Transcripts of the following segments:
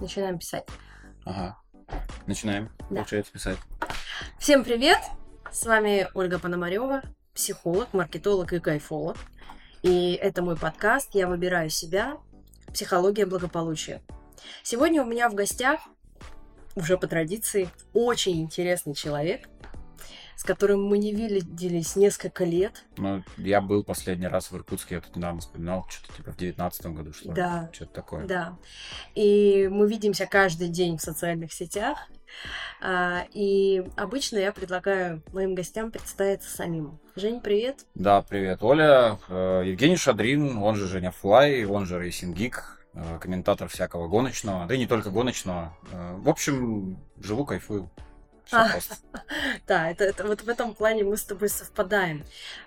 Начинаем писать. Ага. Начинаем, получается, писать. Всем привет! С вами Ольга Пономарева, психолог, маркетолог и кайфолог. И это мой подкаст «Я выбираю себя. Психология благополучия». Сегодня у меня в гостях, уже по традиции, очень интересный человек, с которым мы не виделись несколько лет. Ну, я был последний раз в Иркутске, я тут недавно вспоминал, что-то типа в 19-м году, что ли? Да. Что-то такое. Да. И мы видимся каждый день в социальных сетях. И обычно я предлагаю моим гостям представиться самим. Жень, привет. Да, привет, Оля. Евгений Шадрин, он же Женя Флай, он же Racing Geek, комментатор всякого гоночного, да и не только гоночного. В общем, живу, кайфую. Все просто. Да, это вот в этом плане мы с тобой совпадаем.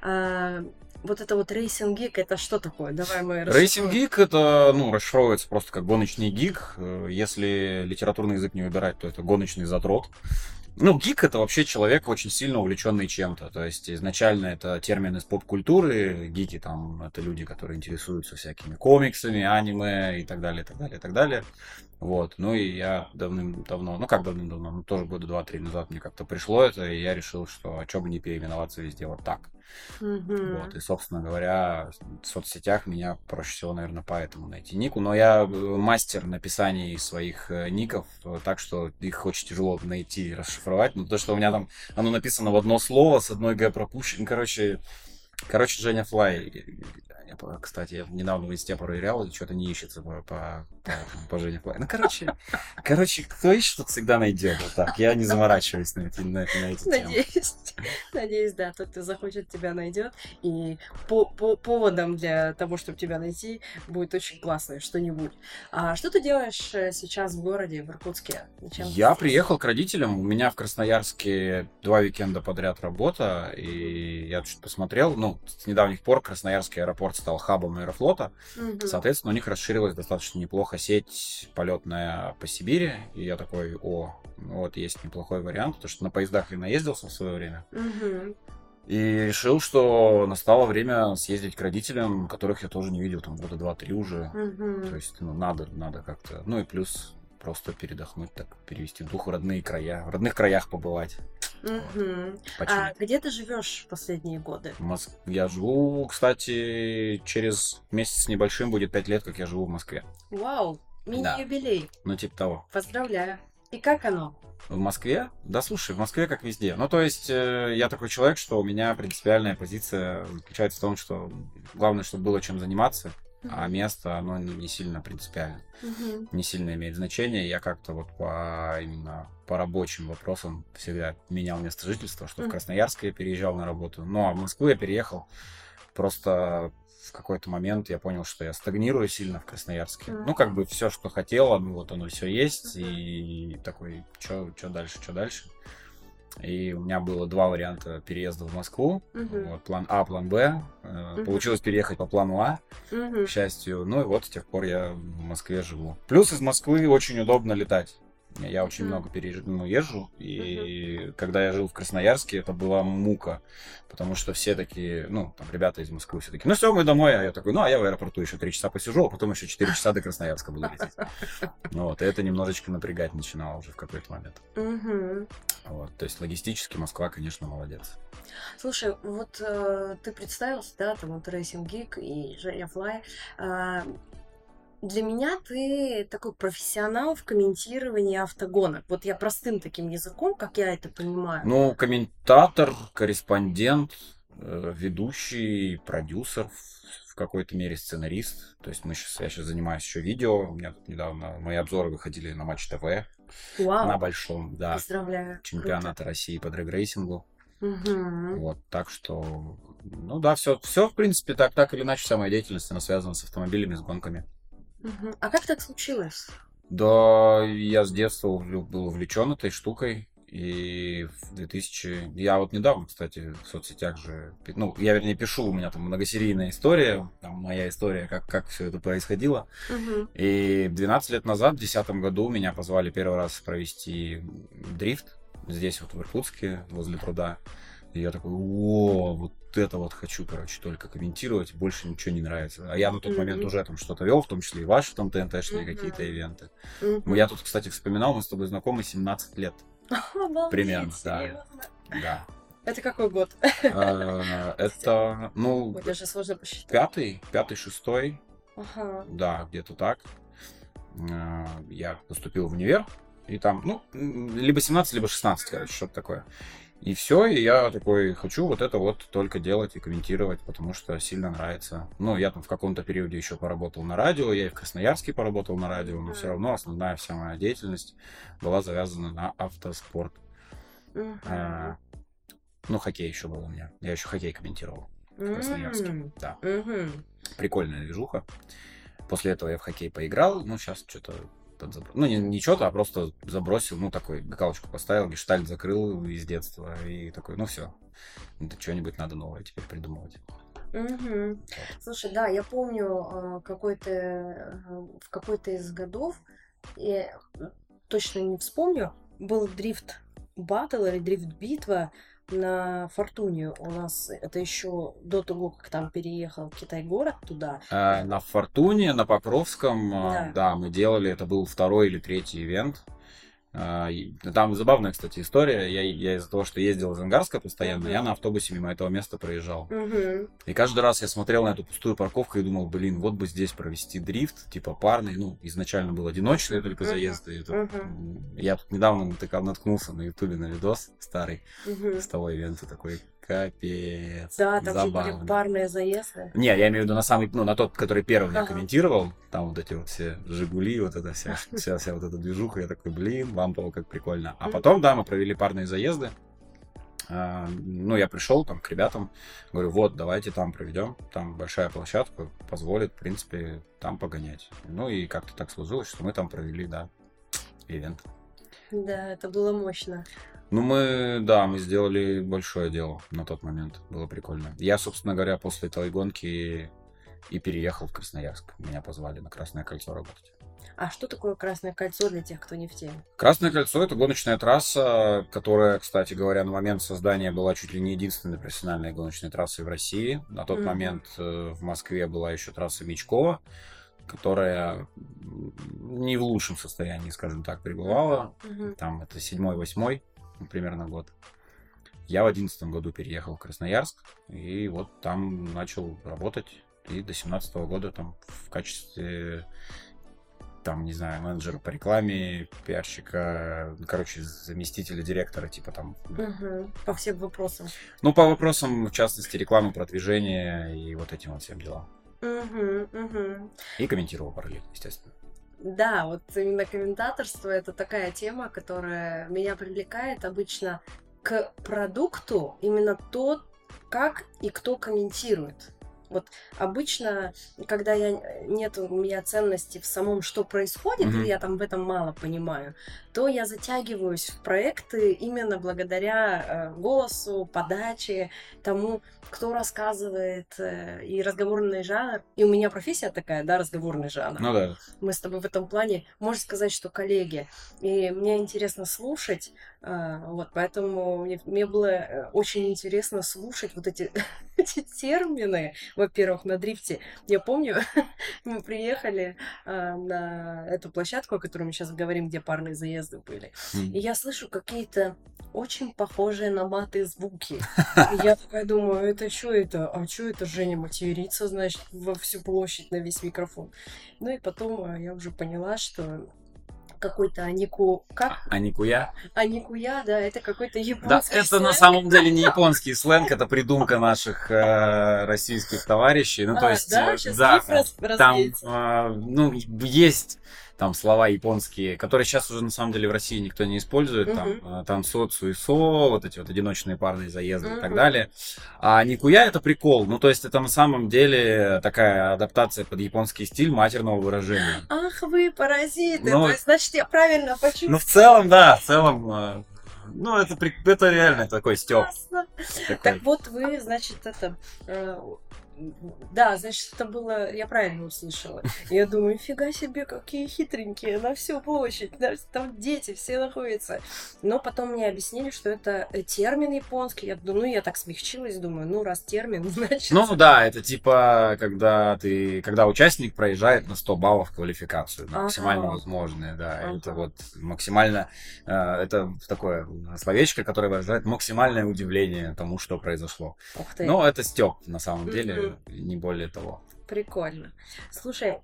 Вот это вот Racing Geek, это что такое? Давай мы Racing Geek это, расшифровывается просто как гоночный гик. Если литературный язык не выбирать, то это гоночный задрот. Гик это вообще человек, очень сильно увлеченный чем-то. То есть изначально это термин из поп-культуры. Гики там это люди, которые интересуются всякими комиксами, аниме и так далее, и так далее, и так далее. Вот. Ну и я давным-давно, тоже года 2-3 назад мне как-то пришло это, и я решил, что а что бы не переименоваться везде вот так. Вот. И, собственно говоря, в соцсетях меня проще всего, наверное, поэтому найти нику. Но я мастер написаний своих ников, так что их очень тяжело найти и расшифровать. То, что у меня там оно написано в одно слово, с одной Г пропущен. Короче, Женя Флай. Кстати, я недавно в инсте проверял, и что-то не ищется по Жене Флай. Короче, кто ищет, тот всегда найдет. Вот так. Я не заморачиваюсь на эти темы. Надеюсь, да, тот, кто захочет, тебя найдет. И поводом для того, чтобы тебя найти, будет очень классное что-нибудь. А что ты делаешь сейчас в городе, в Иркутске? Я приехал к родителям. У меня в Красноярске 2 уикенда подряд работа. И я что-то посмотрел. С недавних пор Красноярский аэропорт стал хабом Аэрофлота. Соответственно, у них расширилась достаточно неплохо сеть полетная по Сибири. И я такой, вот есть неплохой вариант, потому что на поездах я наездился в свое время. И решил, что настало время съездить к родителям, которых я тоже не видел, там года 2-3 уже. То есть, надо как-то. И плюс просто передохнуть, так перевести дух в родные края, в родных краях побывать. А где ты живешь в последние годы? Я живу, кстати, через месяц с небольшим будет 5 лет, как я живу в Москве. Вау, мини-юбилей. Типа того. Поздравляю. И как оно? В Москве? Да, слушай, в Москве как везде. То есть, я такой человек, что у меня принципиальная позиция заключается в том, что главное, чтобы было чем заниматься, а место, оно не сильно принципиально, не сильно имеет значение. Я как-то вот именно по рабочим вопросам всегда менял место жительства, что в Красноярск я переезжал на работу, а в Москву я переехал просто в какой-то момент я понял, что я стагнирую сильно в Красноярске. Все, что хотела, оно все есть, и такой, что дальше. И у меня было 2 варианта переезда в Москву. Вот, план А, план Б. Получилось переехать по плану А, к счастью. С тех пор я в Москве живу. Плюс из Москвы очень удобно летать. Я очень много езжу, и когда я жил в Красноярске, это была мука, потому что все такие, ребята из Москвы все такие, все, мы домой, а я такой, я в аэропорту еще 3 часа посижу, а потом еще 4 часа до Красноярска буду лететь. И это немножечко напрягать начинало уже в какой-то момент. То есть логистически Москва, конечно, молодец. Слушай, вот ты представился, да, там вот Racing Geek и Женя Флай. Для меня ты такой профессионал в комментировании автогонок. Вот я простым таким языком, как я это понимаю. Комментатор, корреспондент, ведущий, продюсер, в какой-то мере сценарист. То есть я сейчас занимаюсь еще видео. У меня тут недавно мои обзоры выходили на Матч ТВ. Вау. На большом, да. Поздравляю. Чемпионата России по дрэг-рейсингу. Так что, все, в принципе, так или иначе, вся моя деятельность, она связана с автомобилями, с гонками. А как так случилось? Да, я с детства был увлечен этой штукой. И в 2000... Я вот недавно, кстати, в соцсетях же... я, вернее, пишу, у меня там многосерийная история, там моя история, как все это происходило. И 12 лет назад, в 2010 году, меня позвали первый раз провести дрифт здесь вот в Иркутске, возле пруда. И я такой, о, вот это вот хочу, короче, только комментировать, больше ничего не нравится. А я на тот момент уже там что-то вел, в том числе и ваши там ТНТ-шные какие-то ивенты. Я тут, кстати, вспоминал, мы с тобой знакомы 17 лет. Примерно, да. Да. Это какой год? Это, ну, даже сложно посчитать. пятый, шестой. Ага. Да, где-то так. Я поступил в универ, и там, ну, либо 17, либо 16, короче, что-то такое. И все, и я такой, хочу вот это вот только делать и комментировать, потому что сильно нравится. Ну, я там в каком-то периоде еще поработал на радио, я и в Красноярске поработал на радио, но все равно основная вся моя деятельность была завязана на автоспорт. Ну, хоккей еще был у меня. Я еще хоккей комментировал в Красноярске. Да. Прикольная движуха. После этого я в хоккей поиграл, ну, сейчас что-то... Ну, не что-то, а просто забросил, ну, такой, галочку поставил, гештальт закрыл из детства, и такой, ну, все, это что-нибудь надо новое теперь придумывать. Слушай, да, я помню в какой-то из годов, я точно не вспомню, был дрифт баттл или дрифт битва на Фортуне. У нас это еще до того, как там переехал Китай-город туда. На Фортуне, на Покровском, да, мы делали, это был второй или третий ивент. Там забавная, кстати, история. Я из-за того, что ездил из Ангарска постоянно, я на автобусе мимо этого места проезжал. И каждый раз я смотрел на эту пустую парковку и думал, блин, вот бы здесь провести дрифт, типа парный. Ну, изначально был одиночный только заезд. Я тут недавно наткнулся на ютубе на видос старый с того ивента, такой... Капец. Да, там же были парные заезды. Не, я имею в виду на самый, ну, на тот, который первый я комментировал. Там вот эти вот все Жигули, вот эта вся вот эта движуха. Я такой, блин, лампово, как прикольно. А потом, да, мы провели парные заезды. Ну, я пришел там к ребятам, говорю, вот, давайте там проведем. Там большая площадка, позволит, в принципе, там погонять. Ну, и как-то так сложилось, что мы там провели, да, ивент. Да, это было мощно. Ну, мы сделали большое дело на тот момент. Было прикольно. Я, собственно говоря, после той гонки и переехал в Красноярск. Меня позвали на Красное кольцо работать. А что такое Красное кольцо для тех, кто не в теме? Красное кольцо — это гоночная трасса, которая, кстати говоря, на момент создания была чуть ли не единственной профессиональной гоночной трассой в России. На тот момент в Москве была еще трасса Мечкова, которая не в лучшем состоянии, скажем так, пребывала. Там это 7-8 примерно год. Я в 2011 году переехал в Красноярск, и вот там начал работать. И до 2017 года там в качестве, там, не знаю, менеджера по рекламе, пиарщика, короче, заместителя директора, типа там. По всем вопросам. Ну, по вопросам, в частности, рекламы, продвижения и вот этим вот всем делам. И комментировал параллельно, естественно. Да, вот именно комментаторство — это такая тема, которая меня привлекает обычно к продукту, именно то, как и кто комментирует. Вот обычно, когда нет у меня ценности в самом, что происходит, или я там в этом мало понимаю, то я затягиваюсь в проекты именно благодаря голосу, подаче, тому, кто рассказывает, и разговорный жанр. И у меня профессия такая, да, разговорный жанр. Ну да. Мы с тобой в этом плане, можно сказать, что коллеги. И мне интересно слушать, вот, поэтому мне было очень интересно слушать вот эти термины, во-первых, на дрифте. Я помню, мы приехали на эту площадку, о которой мы сейчас говорим, где парные заезды были, и я слышу какие-то очень похожие на маты звуки. И я такая думаю, это что это? А что это Женя матерится, значит, во всю площадь на весь микрофон? Ну и потом я уже поняла, что какой-то Аникуя? Аникуя, да, это какой-то японский Да, это сленг. на самом деле не японский сленг, это придумка наших российских товарищей. Ну, то есть, да, там, ну, есть там слова японские, которые сейчас уже на самом деле в России никто не использует. Там тансо, цуисо, вот эти вот одиночные парные заезды и так далее. А никуя — это прикол. Ну, то есть, это на самом деле такая адаптация под японский стиль матерного выражения. Ах вы паразиты! Ну, то есть, значит, я правильно почувствовала. Ну, в целом, да, в целом... Ну, это реально такой стёб. Так вот, вы, значит, Да, значит, это было, я правильно услышала. Я думаю, нифига себе, какие хитренькие, на всю площадь, там дети все находятся. Но потом мне объяснили, что это термин японский. Я думаю, я так смягчилась, думаю, ну, раз термин, значит... Ну да, это типа, когда участник проезжает на 100 баллов квалификацию, максимально возможное, да. Это вот максимально, это такое словечко, которое выражает максимальное удивление тому, что произошло. Ух ты. Но это стёб, на самом деле, не более того. Прикольно. Слушай,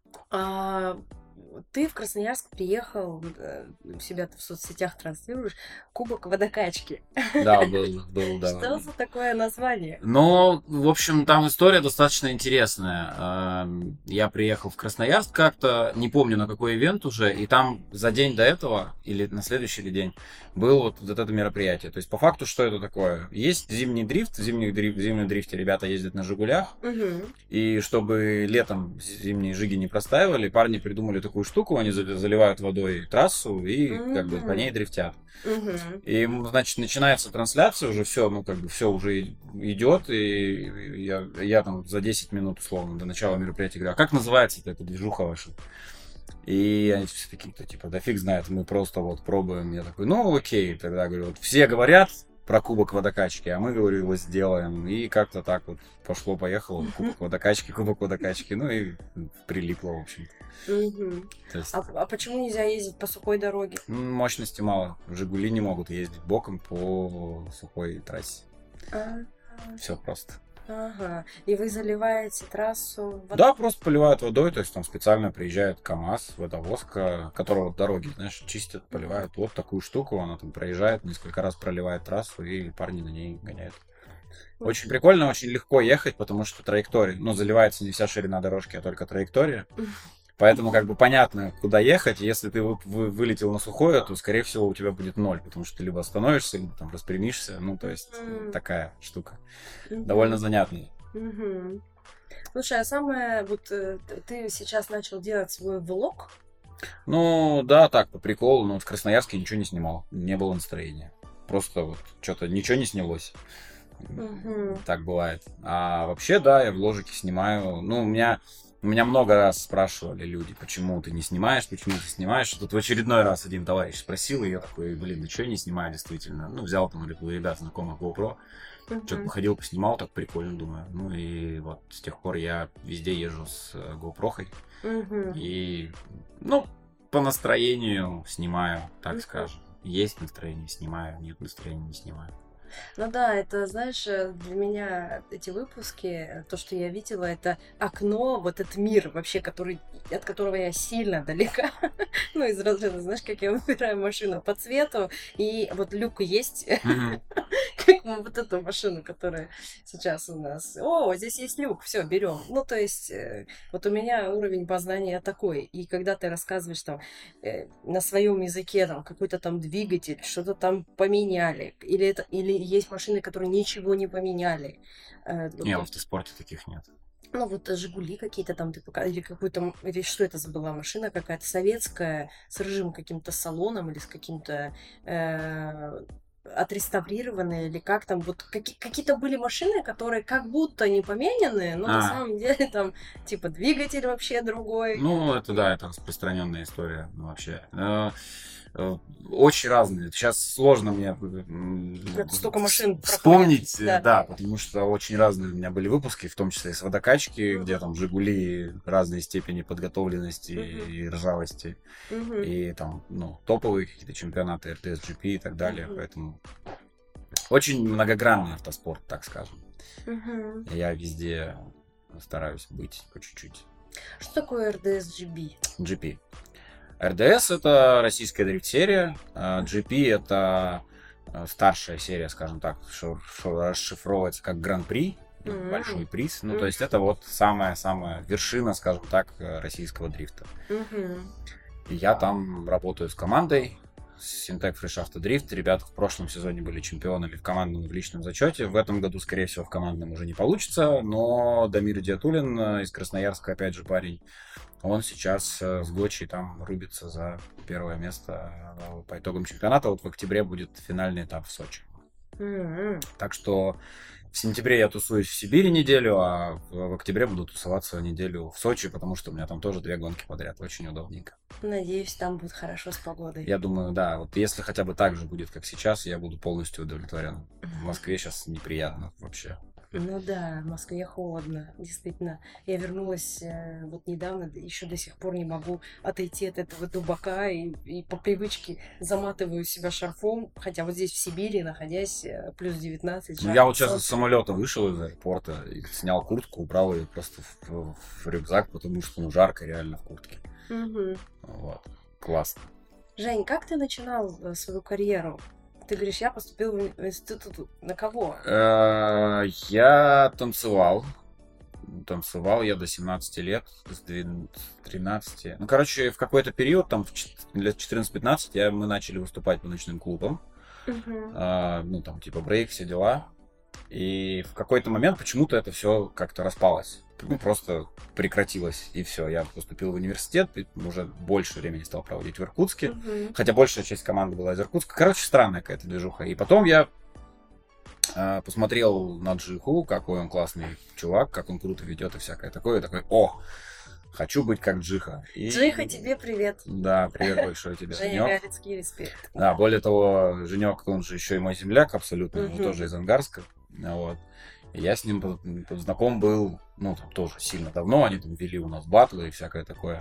ты в Красноярск приехал, у себя ты в соцсетях транслируешь, Кубок водокачки. Да, был, да. Что за такое название? Ну, в общем, там история достаточно интересная. Я приехал в Красноярск как-то, не помню на какой ивент уже, и там за день до этого, или на следующий день, было вот это мероприятие. То есть, по факту, что это такое? Есть зимний дрифт, в зимнем дрифте ребята ездят на «Жигулях», и чтобы летом зимние «Жиги» не простаивали, парни придумали такую штуку, они заливают водой трассу и как бы по ней дрифтят. И, значит, начинается трансляция, уже все, ну, как бы все уже идет, и я там за 10 минут, условно, до начала мероприятия говорю, а как называется эта движуха ваша? И они все такие-то, типа, да фиг знает, мы просто вот пробуем. Я такой, ну, окей, тогда, говорю, вот все говорят про кубок водокачки, а мы, говорю, его сделаем. И как-то так вот пошло-поехало, кубок водокачки, ну и прилипло, в общем-то. Есть... А почему нельзя ездить по сухой дороге? Мощности мало. «Жигули» не могут ездить боком по сухой трассе. Все просто. Ага. И вы заливаете трассу водой? Да, просто поливают водой, то есть там специально приезжает КамАЗ, водовозка, которого дороги, знаешь, чистят, поливают. Вот такую штуку, она там проезжает, несколько раз проливает трассу, и парни на ней гоняют. Очень прикольно, очень легко ехать, потому что траектория, ну, заливается не вся ширина дорожки, а только траектория. Поэтому как бы понятно, куда ехать. Если ты вылетел на сухое, то, скорее всего, у тебя будет 0, потому что ты либо остановишься, либо там распрямишься. Ну, то есть такая штука. Довольно занятная. Слушай, а самое, вот ты сейчас начал делать свой влог? Ну, да, так, по приколу, но в Красноярске ничего не снимал. Не было настроения. Просто вот что-то ничего не снялось. Так бывает. А вообще, да, я вложики снимаю. Ну, у меня много раз спрашивали люди, почему ты не снимаешь, почему ты снимаешь. Тут в очередной раз один товарищ спросил, и я такой, блин, ну что я не снимаю действительно? Ну, взял там у ребят знакомых GoPro, что-то походил, поснимал, так прикольно, думаю. Ну, и вот с тех пор я везде езжу с GoPro-хой. И, ну, по настроению снимаю, так скажем. Есть настроение, снимаю, нет настроения, не снимаю. Ну да, это, знаешь, для меня эти выпуски, то, что я видела, это окно, вот этот мир вообще, от которого я сильно далека. Ну, из разряда, знаешь, как я выбираю машину по цвету, и вот люк есть, как вот эту машину, которая сейчас у нас. О, здесь есть люк, все, берем. Ну, то есть, вот у меня уровень познания такой, и когда ты рассказываешь там на своем языке там какой-то там двигатель, что-то там поменяли, или есть машины, которые ничего не поменяли. Не, в автоспорте таких нет. Ну, вот «Жигули» какие-то там, ты показывал, или какую-то, или что это за была машина какая-то советская, с рыжим каким-то салоном, или с каким-то отреставрированные, или как там, вот какие-то были машины, которые как будто не помененные, но на самом деле там, типа, двигатель вообще другой. Ну, это да, это распространенная история вообще. Очень разные. Сейчас сложно мне столько машин вспомнить, да, потому что очень разные у меня были выпуски, в том числе и с водокачки, где там «Жигули» разной степени подготовленности и ржавости, и там, ну, топовые какие-то чемпионаты, РТС-GP и так далее, поэтому очень многогранный автоспорт, так скажем. Я везде стараюсь быть по чуть-чуть. Что такое РДС-GP? GP. РДС — это российская дрифт-серия, GP — это старшая серия, скажем так, что расшифровывается как Гран-при, большой приз. Ну, то есть это вот самая-самая вершина, скажем так, российского дрифта. И я там работаю с командой, с Syntec Fresh Auto Drift. Ребята в прошлом сезоне были чемпионами в командном и в личном зачете. В этом году, скорее всего, в командном уже не получится, но Дамир Диатулин из Красноярска, опять же, парень, он сейчас с Гочей там рубится за первое место по итогам чемпионата. Вот в октябре будет финальный этап в Сочи. Так что В сентябре я тусуюсь в Сибири неделю, а в октябре буду тусоваться неделю в Сочи, потому что у меня там тоже 2 гонки подряд. Очень удобненько. Надеюсь, там будет хорошо с погодой. Я думаю, да, вот если хотя бы так же будет, как сейчас, я буду полностью удовлетворен. В Москве сейчас неприятно вообще. Ну да, в Москве холодно, действительно. Я вернулась вот недавно, еще до сих пор не могу отойти от этого дубака и по привычке заматываю себя шарфом, хотя вот здесь в Сибири, находясь, плюс 19, Ну, я вот сейчас из самолета вышел из аэропорта и снял куртку, убрал ее просто в рюкзак, потому что ну жарко реально в куртке. Угу. Вот. Классно. Жень, как ты начинал свою карьеру? Ты говоришь, я поступил в институт. На кого? Я танцевал. Танцевал я до 17 лет, с 13. Ну, короче, в какой-то период, там, лет 14-15, мы начали выступать по ночным клубам. Ну, там, типа, брейк, все дела. И в какой-то момент почему-то это все как-то распалось. Ну, просто прекратилось, и все. Я поступил в университет, и уже больше времени стал проводить в Иркутске. Хотя большая часть команды была из Иркутска. Короче, странная какая-то движуха. И потом я посмотрел на Джиху, какой он классный чувак, как он круто ведет и всякое такое. И такой, хочу быть как Джиха. И... Джиха, тебе привет. Да, привет большой тебе, Женя Галицкий, респект. Да, более того, Женек, он же еще и мой земляк абсолютно, он тоже из Ангарска. Вот. И я с ним знаком был, ну, там тоже сильно давно, они там вели у нас батлы и всякое такое.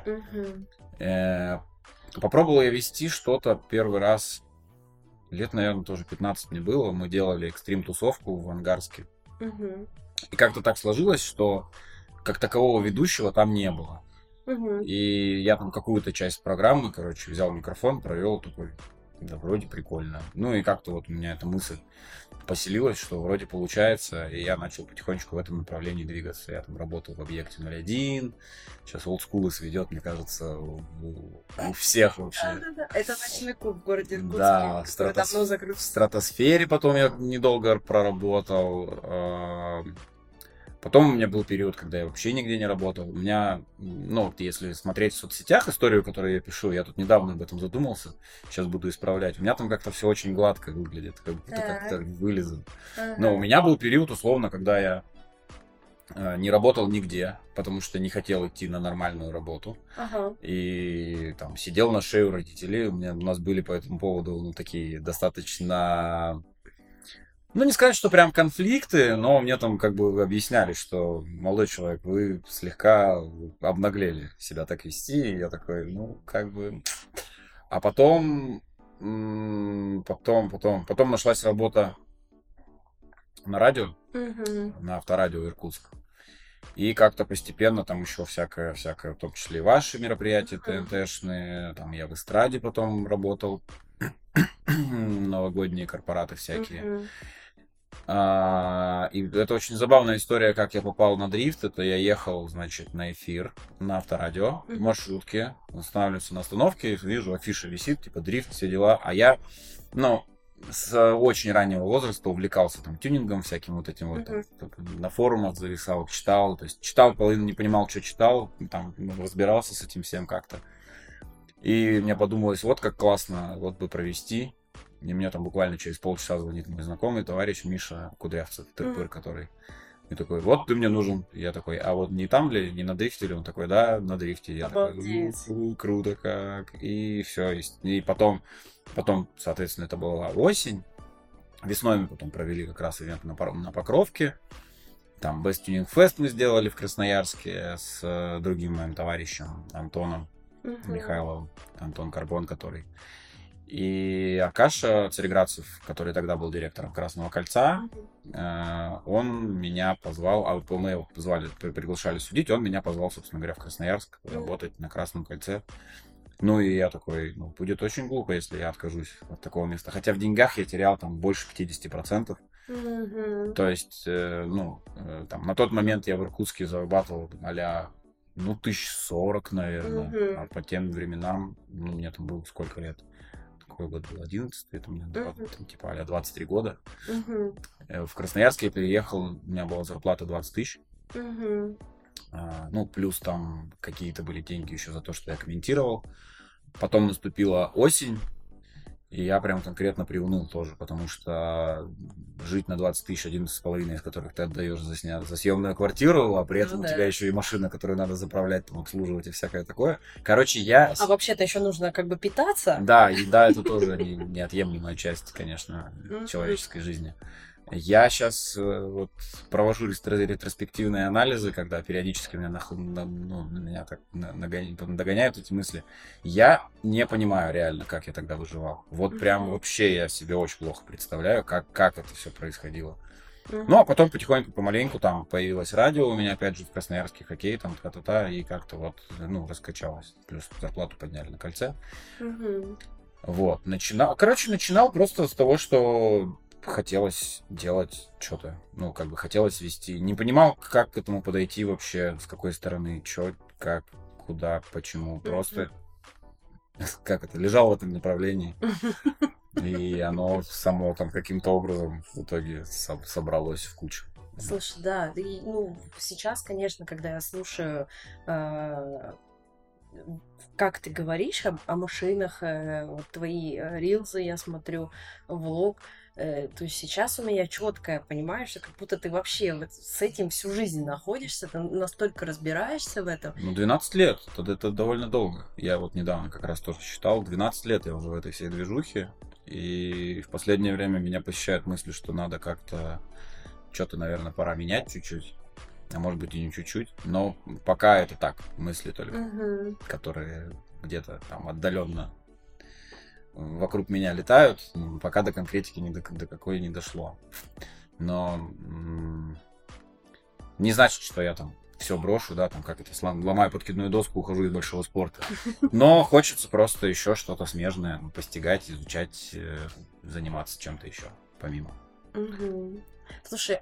Попробовал я вести что-то первый раз, лет, наверное, тоже 15 мне было, мы делали экстрим-тусовку в Ангарске. И как-то так сложилось, что как такового ведущего там не было. И я там какую-то часть программы, короче, взял микрофон, провел такой, да, вроде прикольно. Ну и как-то вот у меня эта мысль поселилась, что вроде получается, и я начал потихонечку в этом направлении двигаться. Я там работал в объекте 01, сейчас олдскулы сведет, мне кажется, у всех вообще. Да. Это ночной клуб в городе Иркутске, да, который давно закрыт. В стратосфере потом я недолго проработал. Потом у меня был период, когда я вообще нигде не работал. У меня, ну, вот если смотреть в соцсетях историю, которую я пишу, я тут недавно об этом задумался, сейчас буду исправлять. У меня там как-то все очень гладко выглядит, как будто как-то вылезано. Но у меня был период, условно, когда я не работал нигде, потому что не хотел идти на нормальную работу. И там сидел на шее у родителей. У нас были по этому поводу такие достаточно... Ну, не сказать, что прям конфликты, но мне там как бы объясняли, что, молодой человек, вы слегка обнаглели себя так вести. И я такой, ну, как бы... А потом нашлась работа на радио, на Авторадио Иркутск. И как-то постепенно там еще всякое, в том числе и ваши мероприятия ТНТшные. Там я в эстраде потом работал, новогодние корпораты всякие. И это очень забавная история, как я попал на дрифт. Это я ехал, значит, на эфир на Авторадио в маршрутке, останавливался на остановке, вижу, афиша висит, типа дрифт, все дела. А я, ну, с очень раннего возраста увлекался там тюнингом всяким вот этим вот, на форумах зависал, читал, то есть читал, половину не понимал, что читал, там разбирался с этим всем как-то. И мне подумалось, вот как классно, вот бы провести. И мне там буквально через полчаса звонит мой знакомый товарищ Миша Кудрявцев, тырпыр, который... И такой, вот ты мне нужен. Я такой, а вот не там ли, не на дрифте ли? Он такой, да, на дрифте. Я такой, круто как. И все. И потом, соответственно, это была осень. Весной мы потом провели как раз ивент на Покровке. Там Best Tuning Fest мы сделали в Красноярске с другим моим товарищем Антоном Михайловым. Антон Карбон, который... И Аркаша Цареградцев, который тогда был директором Красного Кольца, он меня позвал, а мы его позвали, приглашали судить, он меня позвал, собственно говоря, в Красноярск работать на Красном Кольце. Ну и я такой, ну, будет очень глупо, если я откажусь от такого места. Хотя в деньгах я терял там больше 50%. То есть, там на тот момент я в Иркутске зарабатывал а-ля, 1040, наверное. А по тем временам, мне там было сколько лет? Какой год был? 11, это мне типа а-ля 23 года. В Красноярске я переехал, у меня была зарплата 20 тысяч. Плюс там какие-то были деньги еще за то, что я комментировал. Потом наступила осень, И я прям конкретно приуныл тоже, потому что жить на 20 тысяч, 11,5, из которых ты отдаешь за съемную квартиру, а при этом у тебя еще и машина, которую надо заправлять, там, обслуживать и всякое такое. Короче, я... А вообще-то еще нужно как бы питаться. Да, еда это тоже неотъемлемая часть, конечно, человеческой жизни. Я сейчас вот провожу ретроспективные анализы, когда периодически меня, меня так догоняют эти мысли. Я не понимаю реально, как я тогда выживал. Вот прям вообще я себе очень плохо представляю, как это все происходило. Ну, а потом потихоньку, помаленьку там появилось радио у меня, опять же, в Красноярске хоккей, там, та-та-та, и как-то вот, раскачалось. Плюс зарплату подняли на кольце. Вот, начинал просто с того, что хотелось делать что-то, хотелось вести. Не понимал, как к этому подойти вообще, с какой стороны, что, как, куда, почему. Просто, лежал в этом направлении. И оно само там каким-то образом в итоге собралось в кучу. Слушай, да, сейчас, конечно, когда я слушаю, как ты говоришь о машинах, вот твои рилзы я смотрю, влог, то есть сейчас у меня четкое, понимаешь, что как будто ты вообще вот с этим всю жизнь находишься, ты настолько разбираешься в этом. 12 лет, это довольно долго. Я вот недавно как раз тоже считал, 12 лет я уже в этой всей движухе, и в последнее время меня посещают мысли, что надо как-то что-то, наверное, пора менять чуть-чуть. А может быть и не чуть-чуть. Но пока это так, мысли только, которые где-то там отдаленно вокруг меня летают. Пока до конкретики до какой не дошло. Но не значит, что я там все брошу, да, там ломаю подкидную доску, ухожу из большого спорта. Но хочется просто еще что-то смежное постигать, изучать, заниматься чем-то еще помимо. Слушай,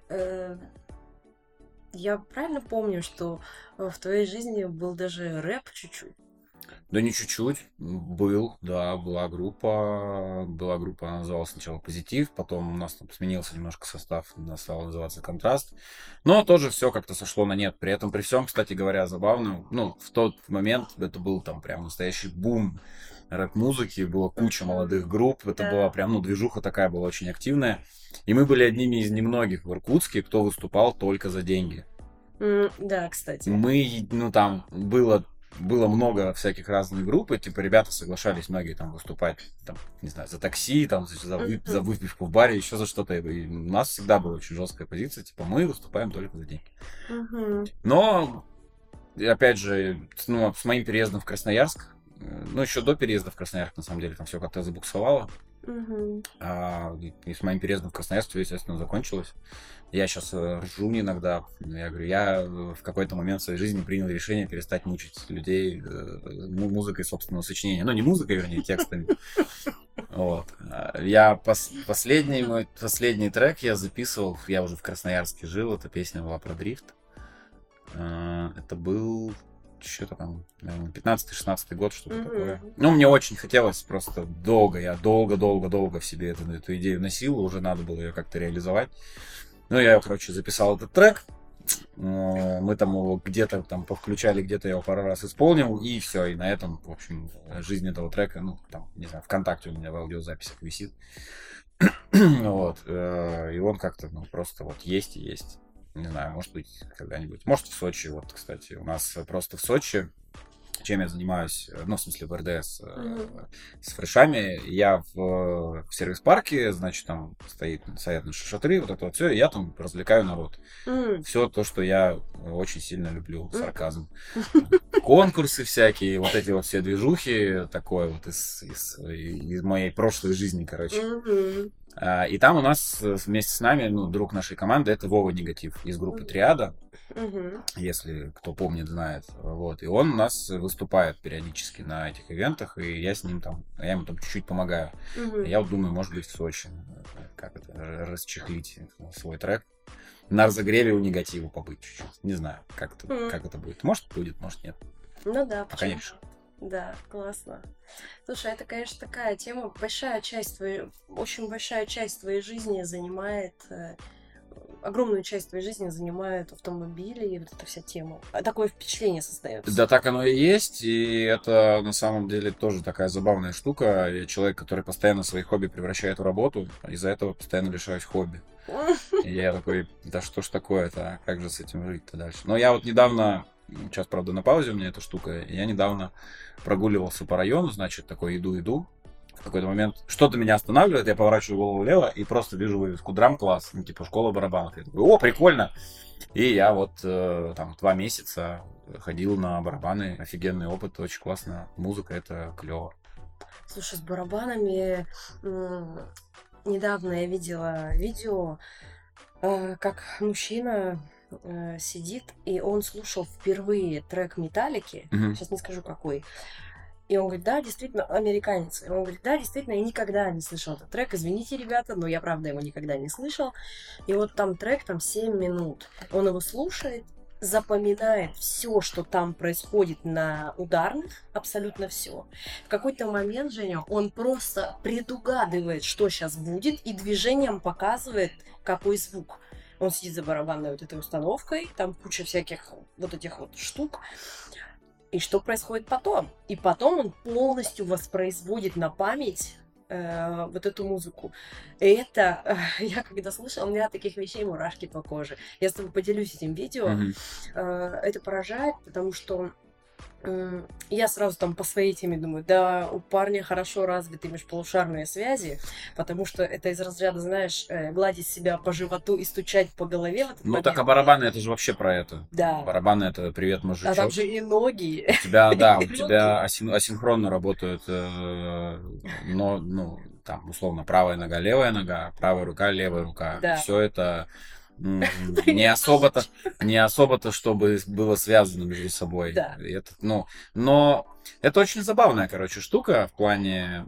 я правильно помню, что в твоей жизни был даже рэп чуть-чуть? Да не чуть-чуть. Была группа, она называлась сначала «Позитив», потом у нас там сменился немножко состав, она стала называться «Контраст». Но тоже все как-то сошло на нет. При этом, при всем, кстати говоря, забавно, в тот момент это был там прям настоящий бум рэп-музыки, было куча молодых групп, это была прям, движуха такая была очень активная. И мы были одними из немногих в Иркутске, кто выступал только за деньги. Да, кстати. Там было много всяких разных групп, и типа ребята соглашались многие там выступать, там, не знаю, за такси, там, за выпивку в баре, еще за что-то. И у нас всегда была очень жесткая позиция, типа мы выступаем только за деньги. Но, опять же, с моим переездом в Красноярск, еще до переезда в Красноярск, на самом деле, там все как-то забуксовало. И с моим переездом в Красноярск все, естественно, закончилось. Я сейчас ржу иногда. Я говорю, я в какой-то момент в своей жизни принял решение перестать мучить людей музыкой собственного сочинения. Не музыкой, вернее, текстами. Вот. Я мой последний трек я записывал, я уже в Красноярске жил, эта песня была про дрифт. Это был что-то там, 15-16 год, что-то такое. Мне очень хотелось просто я долго в себе эту идею носил, уже надо было ее как-то реализовать. Я, записал этот трек, мы там его где-то там повключали, где-то я его пару раз исполнил, и все, и на этом, в общем, жизнь этого трека, не знаю, ВКонтакте у меня в аудиозаписях висит. Вот, и он как-то, просто вот есть и есть. Не знаю, может быть, когда-нибудь. Может, в Сочи. Вот, кстати, у нас просто в Сочи, чем я занимаюсь, в смысле в РДС, с фрешами, я в сервис-парке, значит, там стоят наши шатры, вот это вот все, и я там развлекаю народ. Все то, что я очень сильно люблю, сарказм. Конкурсы всякие, вот эти вот все движухи, такое вот из моей прошлой жизни, короче. И там у нас вместе с нами, друг нашей команды, это Вова Негатив из группы Триада, если кто помнит, знает. Вот. И он у нас выступает периодически на этих ивентах, и я ему там чуть-чуть помогаю. Я вот думаю, может быть, в Сочи расчехлить свой трек. На разогреве у Негатива побыть чуть-чуть. Не знаю, как это будет. Может, будет, может, нет. Да, пока не решил. Да, классно. Слушай, это, конечно, такая тема, очень большая часть твоей жизни занимает огромную часть твоей жизни занимают автомобили и вот эта вся тема. Такое впечатление создается. Да, так оно и есть, и это на самом деле тоже такая забавная штука. Я человек, который постоянно свои хобби превращает в работу, из-за этого постоянно лишаюсь хобби. И я такой, да что ж такое-то, как же с этим жить-то дальше? Но я вот недавно, сейчас, правда, на паузе у меня эта штука, я недавно прогуливался по району, значит, такой иду, в какой-то момент что-то меня останавливает, я поворачиваю голову влево и просто вижу вывеску драм-класс, ну, типа школа барабанов. Я такой, о, прикольно! И я вот там 2 месяца ходил на барабаны, офигенный опыт, очень классно, музыка, это клево. Слушай, с барабанами недавно я видела видео, как мужчина сидит, и он слушал впервые трек Металлики, сейчас не скажу какой, и он говорит, да, действительно, американец. И он говорит, да, действительно, я никогда не слышал этот трек. Извините, ребята, но я, правда, его никогда не слышал. И вот там трек, там 7 минут. Он его слушает, запоминает все, что там происходит на ударных, абсолютно все. В какой-то момент, Женя, он просто предугадывает, что сейчас будет, и движением показывает, какой звук. Он сидит за барабанной вот этой установкой, там куча всяких вот этих вот штук. И что происходит потом? И потом он полностью воспроизводит на память вот эту музыку. И это, я когда слышала, у меня от таких вещей мурашки по коже. Я с тобой поделюсь этим видео. Это поражает, потому что я сразу там по своей теме думаю, да, у парня хорошо развиты межполушарные связи, потому что это из разряда, знаешь, гладить себя по животу и стучать по голове. Вот ну так, а барабаны это же вообще про это. Да. Барабаны это привет, мужичок. А там же и ноги. У тебя, да, у тебя асинхронно работают, но, ну, там, условно, правая нога, левая нога, правая рука, левая рука. Да. Все это не особо-то, чтобы было связано между собой. Да. Это, ну, но это очень забавная, короче, штука в плане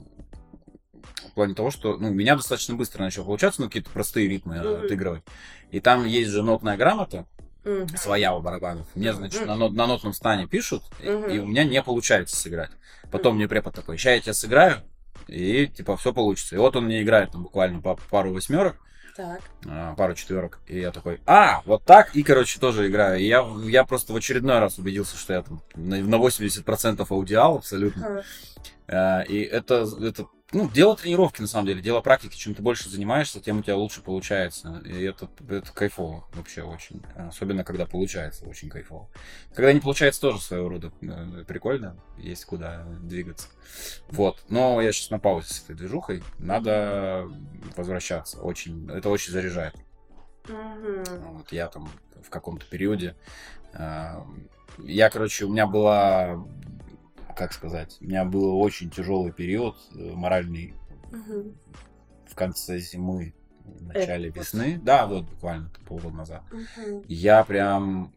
того, что у меня достаточно быстро начало получаться, какие-то простые ритмы отыгрывать. И там есть же нотная грамота, своя у барабанов. Мне, значит, на нотном стане пишут, и у меня не получается сыграть. Потом мне препод такой, сейчас я тебя сыграю, и типа все получится. И вот он мне играет там буквально пару восьмерок, Так. пару четверок. И я такой, вот так. И, короче, тоже играю. И я просто в очередной раз убедился, что я там на 80% аудиал абсолютно. И это дело тренировки, на самом деле, дело практики. Чем ты больше занимаешься, тем у тебя лучше получается. И это кайфово вообще очень. Особенно, когда получается, очень кайфово. Когда не получается, тоже своего рода прикольно. Есть куда двигаться. Вот. Но я сейчас на паузе с этой движухой. Надо возвращаться. Это очень заряжает. Вот я там в каком-то периоде... у меня была... Как сказать, у меня был очень тяжелый период моральный в конце зимы, в начале весны. Да, вот буквально полгода назад. Я прям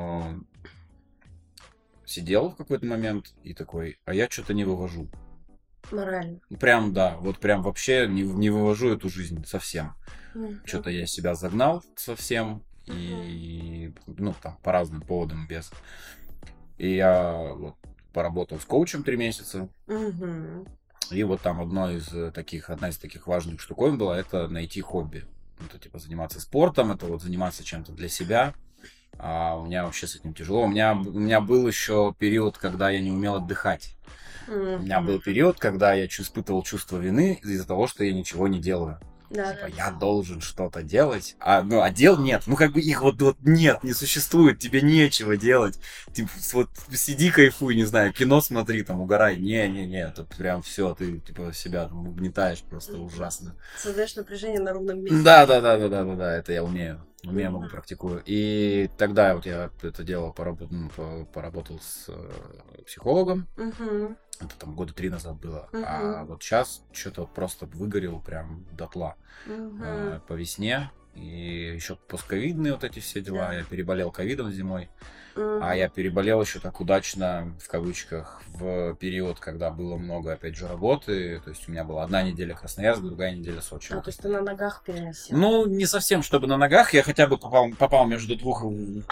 сидел в какой-то момент и такой, а я что-то не вывожу. Морально. Прям, да, вот прям вообще не вывожу эту жизнь совсем. Что-то я себя загнал совсем. И, там, по разным поводам без. И я поработал с коучем 3 месяца. И вот там одна из таких важных штуковин была, это найти хобби. Это типа заниматься спортом, это вот заниматься чем-то для себя. А у меня вообще с этим тяжело. У меня был еще период, когда я не умел отдыхать. У меня был период, когда я испытывал чувство вины из-за того, что я ничего не делаю. Да, типа, я должен что-то делать, а дел нет. Их вот нет, не существует, тебе нечего делать. Типа, вот сиди, кайфуй, не знаю, кино смотри, там, угорай. Не, это прям все, ты типа себя там угнетаешь просто ужасно. Создаешь напряжение на ровном месте. Да, это я умею, могу, практикую. И тогда вот я это дело поработал с психологом. Это там 3 года назад было. А вот сейчас что-то просто выгорел прям дотла по весне. И еще постковидные вот эти все дела. Да. Я переболел ковидом зимой. А я переболел еще так удачно, в кавычках, в период, когда было много, опять же, работы. То есть у меня была 1 неделя Красноярск, 2 неделя Сочи. То есть ты на ногах переносил? Не совсем, чтобы на ногах. Я хотя бы попал между двух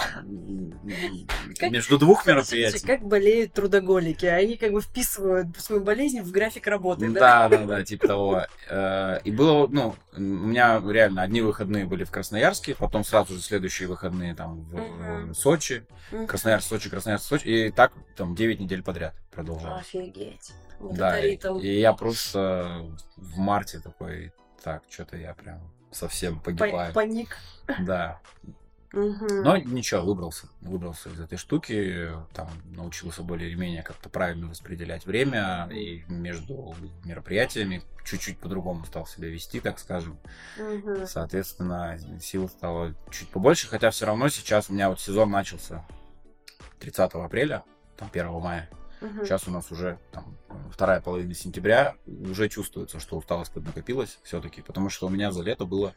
мероприятий. Как болеют трудоголики. Они как бы вписывают свою болезнь в график работы, да? Да, типа того. И было, у меня реально одни выходные были в Красноярске, потом сразу же следующие выходные там в Сочи, Красноярск, Сочи, Красноярск, Сочи, и так там 9 недель подряд продолжалось. Офигеть. Вот Да, это ритм. и я просто в марте такой, так, что-то я прям совсем погибаю. Паник. Да. Но ничего, выбрался из этой штуки, там научился более или менее как-то правильно распределять время и между мероприятиями чуть-чуть по-другому стал себя вести, так скажем. Соответственно, сил стало чуть побольше, хотя все равно сейчас у меня вот сезон начался 30 апреля, там 1 мая. Сейчас у нас уже там, вторая половина сентября, уже чувствуется, что усталость поднакопилась все-таки, потому что у меня за лето было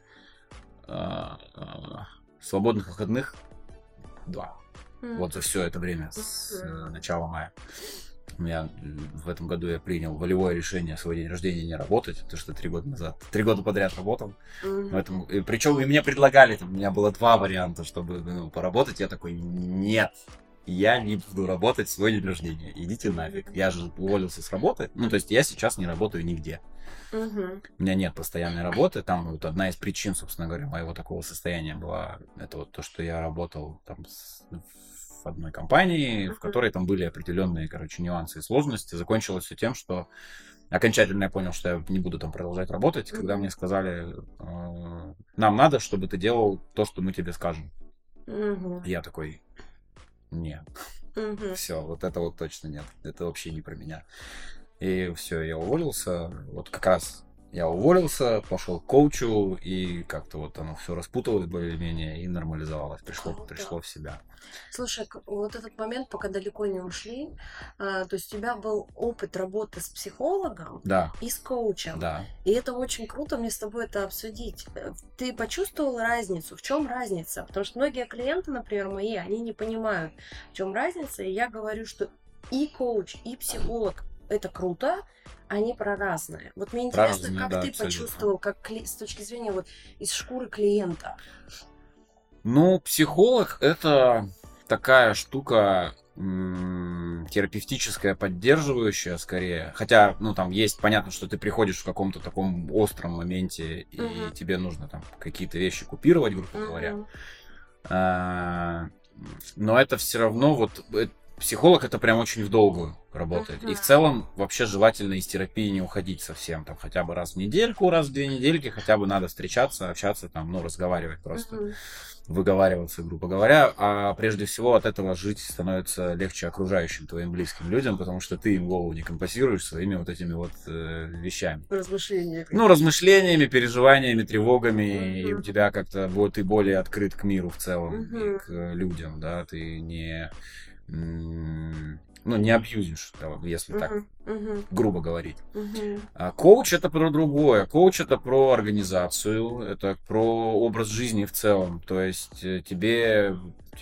свободных выходных 2. Вот за все это время с начала мая. У меня в этом году я принял волевое решение свой день рождения не работать, потому что 3 года назад, 3 года подряд работал. Причем и мне предлагали, там, у меня было 2 варианта, чтобы поработать. Я такой, нет, я не буду работать в свой день рождения. Идите нафиг. Я же уволился с работы. Ну, то есть я сейчас не работаю нигде. У меня нет постоянной работы. Там вот одна из причин, собственно говоря, моего такого состояния была, это вот то, что я работал там в одной компании, в которой там были определенные, нюансы и сложности. Закончилось все тем, что окончательно я понял, что я не буду там продолжать работать, когда мне сказали, нам надо, чтобы ты делал то, что мы тебе скажем. Я такой, нет, все, вот это вот точно нет, это вообще не про меня. И все, я уволился. Вот как раз я уволился, пошел к коучу, и как-то вот оно все распуталось более-менее и нормализовалось. Пришло в себя. Слушай, вот этот момент, пока далеко не ушли, то есть у тебя был опыт работы с психологом и с коучем. Да. И это очень круто мне с тобой это обсудить. Ты почувствовал разницу? В чем разница? Потому что многие клиенты, например, мои, они не понимают, в чем разница. И я говорю, что и коуч, и психолог это круто, они про разные. Вот мне интересно, как ты абсолютно почувствовал, как с точки зрения вот из шкуры клиента. Ну, психолог это такая штука терапевтическая, поддерживающая скорее. Хотя, там есть, понятно, что ты приходишь в каком-то таком остром моменте, и тебе нужно там какие-то вещи купировать, грубо говоря. Но это все равно вот... Психолог это прям очень в долгую работает. И в целом вообще желательно из терапии не уходить совсем. Там хотя бы раз в недельку, раз в 2 недельки хотя бы надо встречаться, общаться, там, разговаривать просто. Выговариваться, грубо говоря. А прежде всего от этого жить становится легче окружающим твоим близким людям, потому что ты им голову не компенсируешь своими вот этими вот вещами. Размышлениями, переживаниями, тревогами. И у тебя как-то ты более открыт к миру в целом и к людям, да, ты не абьюзишь, если так грубо говорить. А коуч это про другое. Коуч это про организацию, это про образ жизни в целом. То есть тебе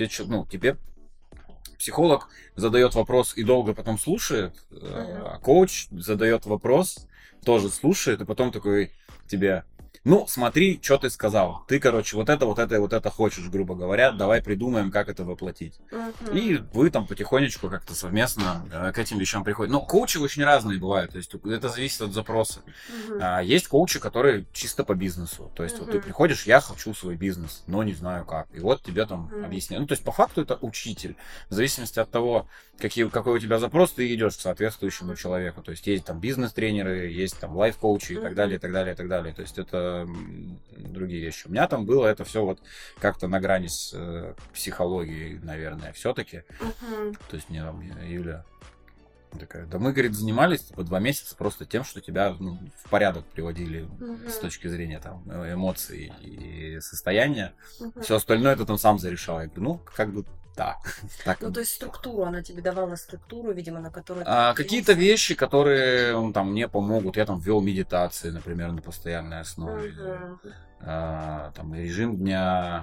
психолог задает вопрос и долго потом слушает, а коуч задает вопрос, тоже слушает, и потом такой тебе... смотри, что ты сказал. Ты, вот это хочешь, грубо говоря. Давай придумаем, как это воплотить. И вы там потихонечку как-то совместно к этим вещам приходите. Но коучи очень разные бывают. То есть это зависит от запроса. Есть коучи, которые чисто по бизнесу. То есть вот ты приходишь, я хочу свой бизнес, но не знаю как. И вот тебе там объясняют. То есть по факту это учитель. В зависимости от того, какой у тебя запрос, ты идешь к соответствующему человеку. То есть есть там бизнес-тренеры, есть там лайф-коучи и так далее, и так далее, и так далее. То есть это другие вещи. У меня там было это все вот как-то на грани с психологией, наверное, все-таки. То есть мне там Юля такая, да мы, говорит, занимались 2 месяца просто тем, что тебя в порядок приводили с точки зрения там эмоций и состояния. Все остальное ты там сам зарешал. Я говорю, да. То есть структуру, она тебе давала структуру, видимо, на которую... Какие-то вещи, которые там мне помогут. Я там ввел медитации, например, на постоянной основе. Там режим дня.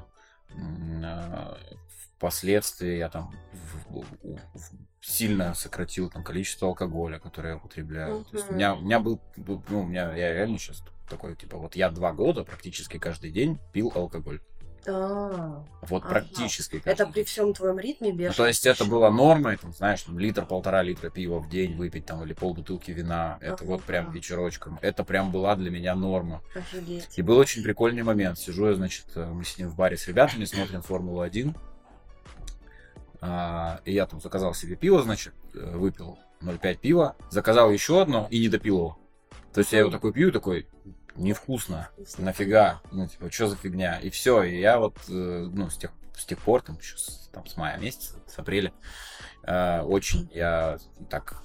Впоследствии я там сильно сократил там количество алкоголя, которое я употребляю. То есть я реально сейчас такой, я 2 года практически каждый день пил алкоголь. Вот Ага. практически Это каждый при день. всем твоем ритме Ну, бешеном. то есть это было нормой, там, знаешь, там, литр-полтора литра пива в день выпить там или полбутылки вина. Это вот прям Ага. вечерочком. Это прям была для меня норма. Офигеть. И был очень прикольный момент. Сижу я, значит, мы сидим в баре с ребятами, смотрим Формулу-1. И я там заказал себе пиво, значит, выпил 0,5 пива, заказал еще одно и не допил его. То есть я его такой пью, такой, невкусно, нафига, ну, типа, что за фигня. И все, и я вот, ну, с тех пор, там, еще с мая месяца, с апреля, очень я так,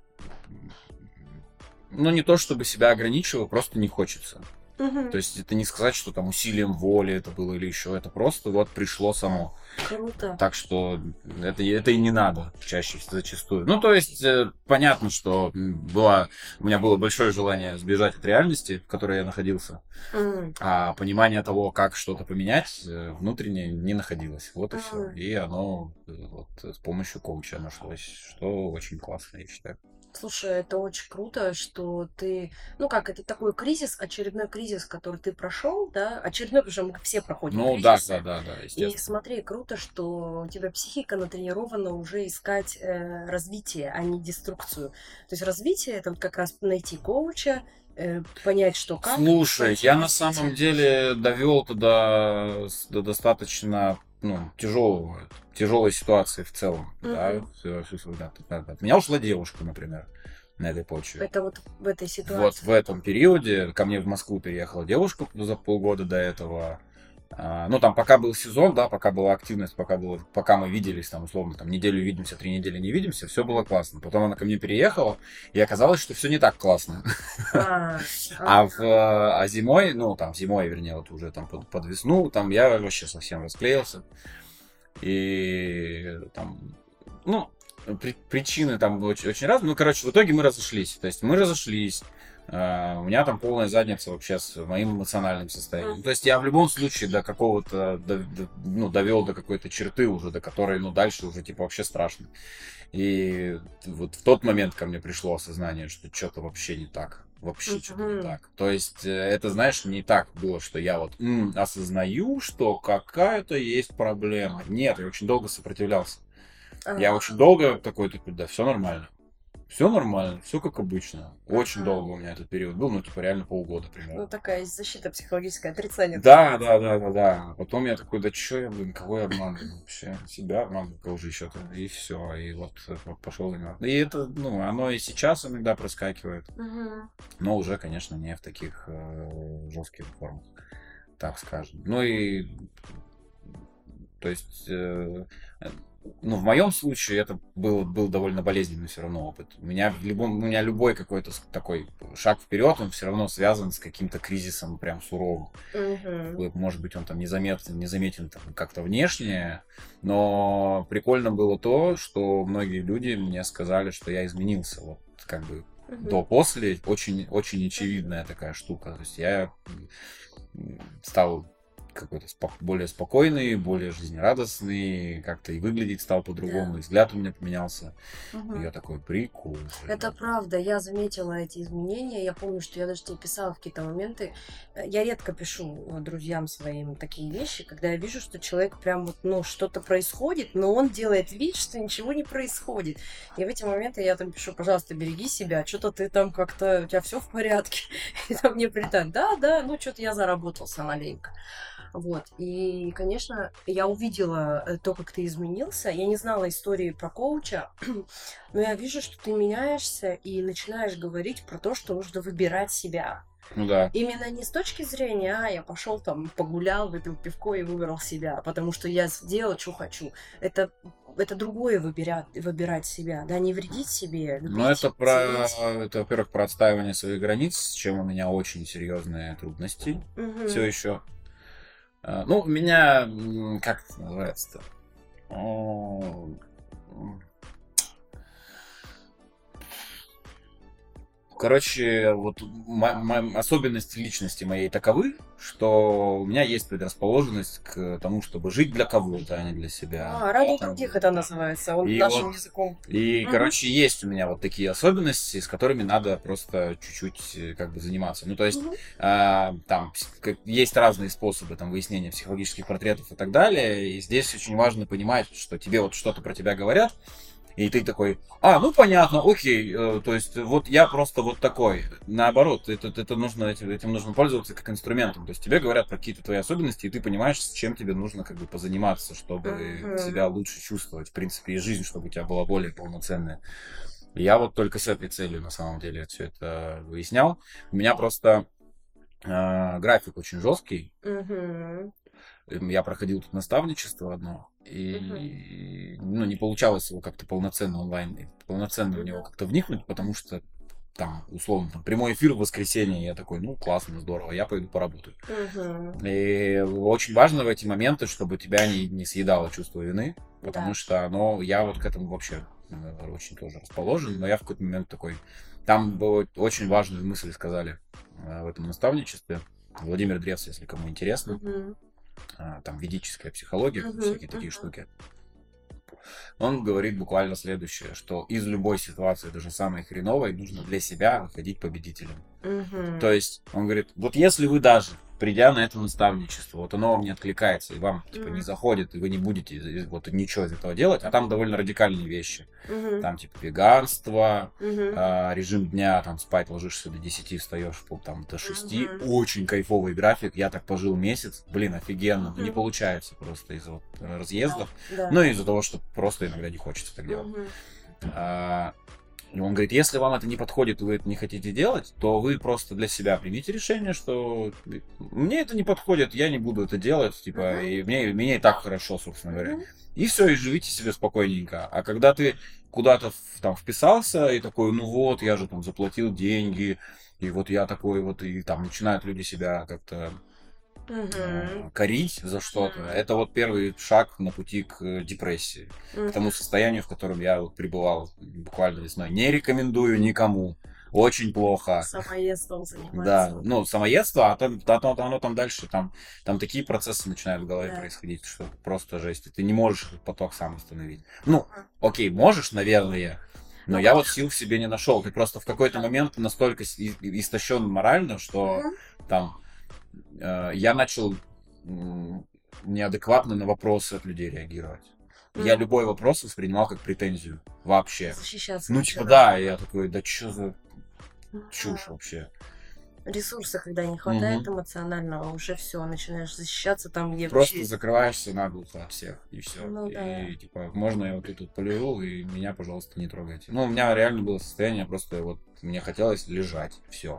ну, не то чтобы себя ограничивал, просто не хочется. Мгм. То есть это не сказать, что там усилием воли это было или еще, это просто вот пришло само. Круто. Так что это и не надо чаще, зачастую. Ну, то есть, понятно, что у меня было большое желание сбежать от реальности, в которой я находился, а понимание того, как что-то поменять, внутренне не находилось. Вот и все. И оно вот с помощью коуча нашлось, что очень классно, я считаю. Слушай, это очень круто, что ты, ну как, это такой кризис, очередной кризис, который ты прошел, да, очередной, потому что мы все проходим Ну, да, кризисы. И естественно. смотри, круто, что у тебя психика натренирована уже искать развитие, а не деструкцию. То есть развитие это вот как раз найти коуча, понять, что как. Слушай, пойти я на развитие. самом деле довел до достаточно тяжелой ситуации в целом. Да, от меня ушла девушка, например, на этой почве. Это вот в этой Вот ситуации. в этом периоде ко мне в Москву переехала девушка за полгода до этого. Ну, там, пока был сезон, да, пока была активность, пока мы виделись, там, условно, там, неделю видимся, 3 недели не видимся, все было классно. Потом она ко мне переехала, и оказалось, что все не так классно. А зимой, ну, там, вернее, вот уже там под весну, там я вообще совсем расклеился. И там, ну, причины там очень, очень разные. Ну, короче, в итоге мы разошлись. То есть мы разошлись. У меня там полная задница вообще с моим эмоциональным состоянием. То есть я в любом случае до какого-то, довел до какой-то черты уже, до которой, ну, дальше уже, типа, вообще страшно. И вот в тот момент ко мне пришло осознание, что что-то вообще не так. Вообще что-то не так. То есть это, знаешь, не так было, что я вот осознаю, что какая-то есть проблема. Нет, я очень долго сопротивлялся. Я очень долго такой, да, все нормально. Все нормально, все как обычно. Очень долго у меня этот период был, ну, типа, реально полгода примерно. Ну, такая защита психологическая, отрицание. Да. Потом я такой, да чё я, блин, кого я обманываю вообще? Себя обманываю, кого же еще-то? И все, и вот пошел заниматься. И это, ну, оно и сейчас иногда проскакивает. Но уже, конечно, не в таких жестких формах, так скажем. Ну и, то есть... Ну, в моем случае это был довольно болезненный все равно опыт. У меня любой какой-то такой шаг вперед, он все равно связан с каким-то кризисом прям суровым. Может быть, он там незаметен там, как-то внешне, но прикольно было то, что многие люди мне сказали, что я изменился. Вот как бы до-после очень, очень очевидная такая штука. То есть я стал какой-то более спокойный, более жизнерадостный, как-то и выглядеть стал по-другому, и взгляд у меня поменялся. И я такой, прикольно. Это правда, я заметила эти изменения, я помню, что я даже тебе писала в какие-то моменты. Я редко пишу друзьям своим такие вещи, когда я вижу, что человек прям вот, ну, что-то происходит, но он делает вид, что ничего не происходит. И в эти моменты я там пишу, пожалуйста, береги себя, что-то ты там как-то, у тебя все в порядке. И там мне прилетает, да, ну, что-то я заработался маленько. Вот. И, конечно, я увидела то, как ты изменился. Я не знала истории про коуча, но я вижу, что ты меняешься и начинаешь говорить про то, что нужно выбирать себя. Ну да. Именно не с точки зрения, я пошел там, погулял, выпил пивко и выбрал себя, потому что я сделал, что хочу. Это другое выбирать себя, да, не вредить себе. Ну, это, во-первых, про отстаивание своих границ, с чем у меня очень серьезные трудности все еще. Ну, у меня, как это называется-то? Короче, вот особенности личности моей таковы, что у меня есть предрасположенность к тому, чтобы жить для кого-то, а не для себя. Ради других это называется, И нашим вот- языком. И, Мгм. короче, есть у меня вот такие особенности, с которыми надо просто чуть-чуть как бы заниматься. Ну, то есть, Мгм. там есть разные способы там выяснения психологических портретов и так далее. И здесь очень важно понимать, что тебе вот что-то про тебя говорят, и ты такой, ну понятно, окей, то есть вот я просто вот такой. Наоборот, это нужно, этим нужно пользоваться как инструментом. То есть тебе говорят про какие-то твои особенности, и ты понимаешь, с чем тебе нужно как бы позаниматься, чтобы Мгм. себя лучше чувствовать, в принципе, и жизнь, чтобы у тебя была более полноценная. И я вот только с этой целью, на самом деле, все это выяснял. У меня просто график очень жесткий. Мгм. Я проходил тут наставничество одно, и не получалось его как-то полноценно онлайн, полноценно в него как-то вникнуть, потому что там, условно, там, прямой эфир в воскресенье, я такой, классно, здорово, я пойду поработаю. Мгм. И очень важно в эти моменты, чтобы тебя не съедало чувство вины, потому Да. что, я вот к этому вообще очень тоже расположен, но я в какой-то момент такой, там была очень важную мысль сказали в этом наставничестве, Владимир Древс, если кому интересно, Мгм. там ведическая психология, Мгм, всякие такие мгм. штуки. Он говорит буквально следующее, что из любой ситуации, даже самой хреновой, нужно для себя выходить победителем. Мгм. То есть он говорит, вот если вы даже, придя на это наставничество, вот оно вам не откликается, и вам типа не заходит, и вы не будете вот ничего из этого делать, а там довольно радикальные вещи. Мгм. Там типа веганство, Мгм. режим дня, там спать ложишься до 10, встаешь там до 6. Мгм. Очень кайфовый график. Я так пожил месяц. Блин, офигенно. Мгм. Не получается просто из-за вот разъездов. Да. Ну и из-за того, что просто иногда не хочется так делать. Мгм. И он говорит, если вам это не подходит, и вы это не хотите делать, то вы просто для себя примите решение, что мне это не подходит, я не буду это делать, типа, Мгм. и мне и так хорошо, собственно говоря. Мгм. И все, и живите себе спокойненько. А когда ты куда-то там вписался, и такой, вот, я же там заплатил деньги, и вот я такой вот, и там начинают люди себя как-то Мгм. корить за что-то. Мгм. Это вот первый шаг на пути к депрессии. К тому Мгм. состоянию, в котором я вот пребывал буквально весной. Не рекомендую никому. Очень плохо. Самоедством Да, занимается. самоедство, оно там дальше, там такие процессы начинают в голове Да. происходить, что просто жесть. И ты не можешь этот поток сам остановить. Окей, можешь, наверное, но я вот сил в себе не нашел. Ты просто в какой-то момент настолько истощен морально, что Мгм. там я начал неадекватно на вопросы от людей реагировать. Я любой вопрос воспринимал как претензию. Вообще. Защищаться. Ну, типа, да, и я такой, да что за чушь вообще. Ресурса, когда не хватает эмоционального, уже все, начинаешь защищаться там, где Просто вообще... закрываешься наглухо от всех, и все. Ну да. И типа, можно я вот тут полежу, и меня, пожалуйста, не трогайте. У меня реально было состояние, просто вот мне хотелось лежать, все.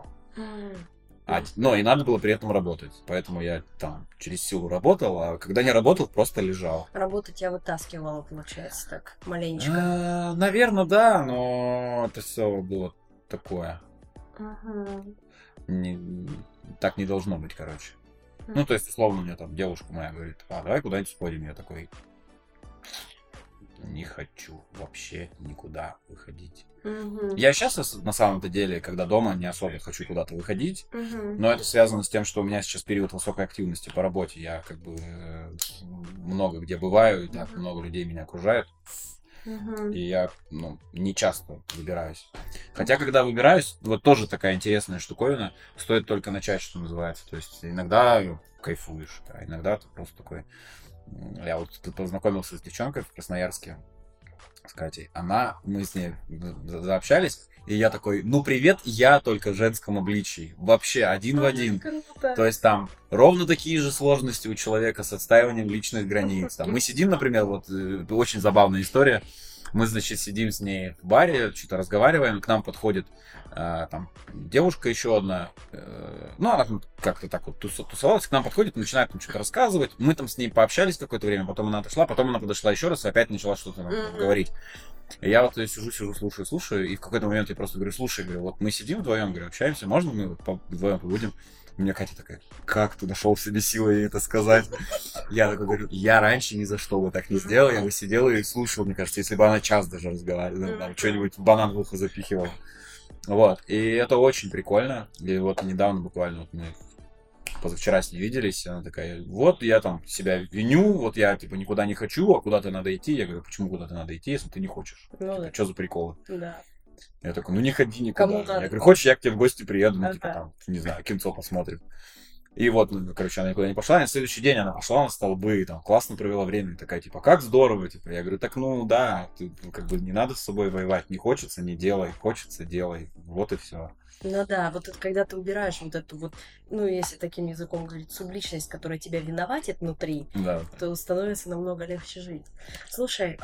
И надо было при этом работать. Поэтому я там через силу работал, а когда не работал, просто лежал. Работа тебя вытаскивала, получается, так, маленечко. Наверное, да, но это все было такое. Мгм. Так не должно быть, короче. То есть, условно, мне там девушка моя говорит, давай куда-нибудь сходим. Я такой, не хочу вообще никуда выходить. Мгм. Я сейчас, на самом-то деле, когда дома, не особо хочу куда-то выходить. Мгм. Но это связано с тем, что у меня сейчас период высокой активности по работе. Я как бы много где бываю, и так много людей меня окружает. Мгм. И я, не часто выбираюсь. Хотя, когда выбираюсь, вот тоже такая интересная штуковина, стоит только начать, что называется. То есть иногда кайфуешь, а иногда ты просто такой... Я вот тут познакомился с девчонкой в Красноярске, с Катей. Мы с ней заобщались, и я такой, привет, я только в женском обличии. Вообще, один в один. Круто. То есть там ровно такие же сложности у человека с отстаиванием личных границ. Там мы сидим, например, вот очень забавная история. Мы, значит, сидим с ней в баре, что-то разговариваем, к нам подходит там девушка еще одна, она там как-то так вот тусовалась, к нам подходит, начинает там что-то рассказывать. Мы там с ней пообщались какое-то время, потом она отошла, потом она подошла еще раз и опять начала что-то нам говорить. И я вот сижу, слушаю, и в какой-то момент я просто говорю, слушай, вот мы сидим вдвоем, говорю, общаемся, можно мы вдвоем побудем? У меня Катя такая, как ты нашел в себе силы ей это сказать? Я такой говорю, я раньше ни за что бы так не сделал, я бы сидел и слушал, мне кажется, если бы она час даже разговаривала, там, что-нибудь банан в ухо запихивал. Вот, и это очень прикольно. И вот недавно буквально вот мы позавчера с ней виделись, она такая, вот я там себя виню, вот я типа никуда не хочу, а куда-то надо идти. Я говорю, почему куда-то надо идти, если ты не хочешь? Ну Типа, да. что за приколы? Да. Я такой, ну не ходи никуда. Кому надо? Я говорю, хочешь, я к тебе в гости приеду, ну Ага. типа там, не знаю, кинцо посмотрим. И вот, ну, короче, она никуда не пошла, и на следующий день она пошла на столбы, и там классно провела время, и такая, типа, как здорово, типа, я говорю, так, ну, да, ты, ну, как бы не надо с собой воевать, не хочется, не делай, хочется, делай, вот и все. Ну да, вот это когда ты убираешь вот эту вот, ну, если таким языком говорить, субличность, которая тебя виноватит внутри, Да. то становится намного легче жить. Слушай,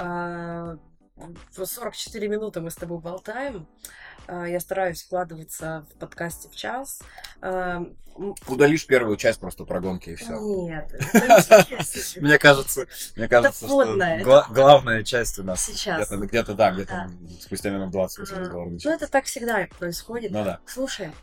44 минуты мы с тобой болтаем. Я стараюсь вкладываться в подкасте в час. Удалишь первую часть просто про гонки и все. Нет, это интересно. Мне кажется, что вводное, главная часть у нас Сейчас. где-то Да. спустя минут 20 разговор Ну, начался. это так всегда происходит. Ну да. Слушай,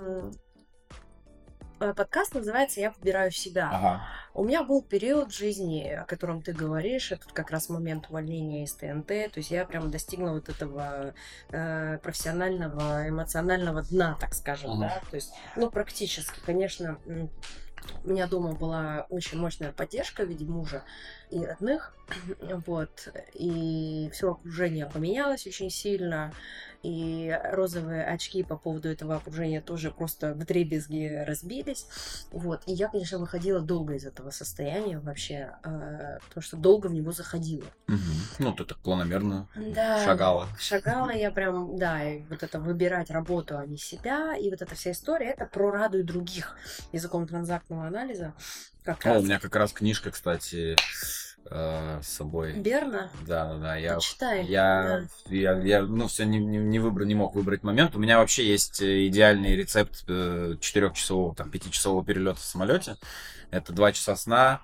подкаст называется «Я выбираю себя». Ага. У меня был период в жизни, о котором ты говоришь, это как раз момент увольнения из ТНТ, то есть я прям достигла вот этого профессионального, эмоционального дна, так скажем, да, то есть, ну, практически, конечно, у меня дома была очень мощная поддержка в виде мужа и родных, вот, и все окружение поменялось очень сильно, и розовые очки по поводу этого окружения тоже просто вдребезги разбились, вот, и я, конечно, выходила долго из этого состояния вообще, потому что долго в него заходила. Ну, ты так планомерно Да, шагала. шагала я прям, да, и вот это выбирать работу, а не себя, и вот эта вся история, это про радуй других языком транзактного анализа. Как О, раз. у меня как раз книжка, кстати, с собой. Верно? Да, я Почитай. я ну, все не мог выбрать момент. У меня вообще есть идеальный рецепт 4-часового, там, 5-часового перелета в самолете. Это 2 часа сна,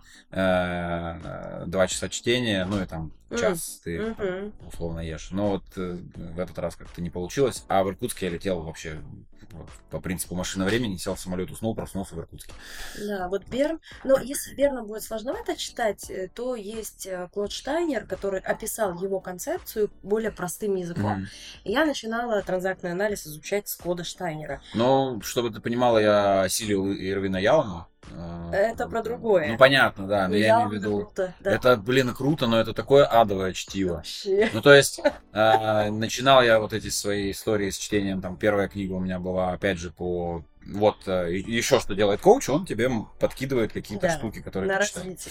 2 часа чтения, ну и там час ты условно ешь. Но вот в этот раз как-то не получилось. А в Иркутске я летел вообще по принципу машины времени, сел в самолет, уснул, проснулся в Иркутске. Да, вот Берн. Но если Берна будет сложновато читать, то есть Клод Штайнер, который описал его концепцию более простым языком. И я начинала транзактный анализ изучать с Клода Штайнера. Ну, чтобы ты понимала, я осилил Ирвина Ялма. Это про другое. Ну, понятно, да, но я имею в виду... Круто, да. Это, блин, круто, но это такое адовое чтиво. Вообще. Ну, то есть, начинал я вот эти свои истории с чтением, там, первая книга у меня была, опять же, по... Вот, еще что делает коуч, он тебе подкидывает какие-то штуки, которые на ты читаешь.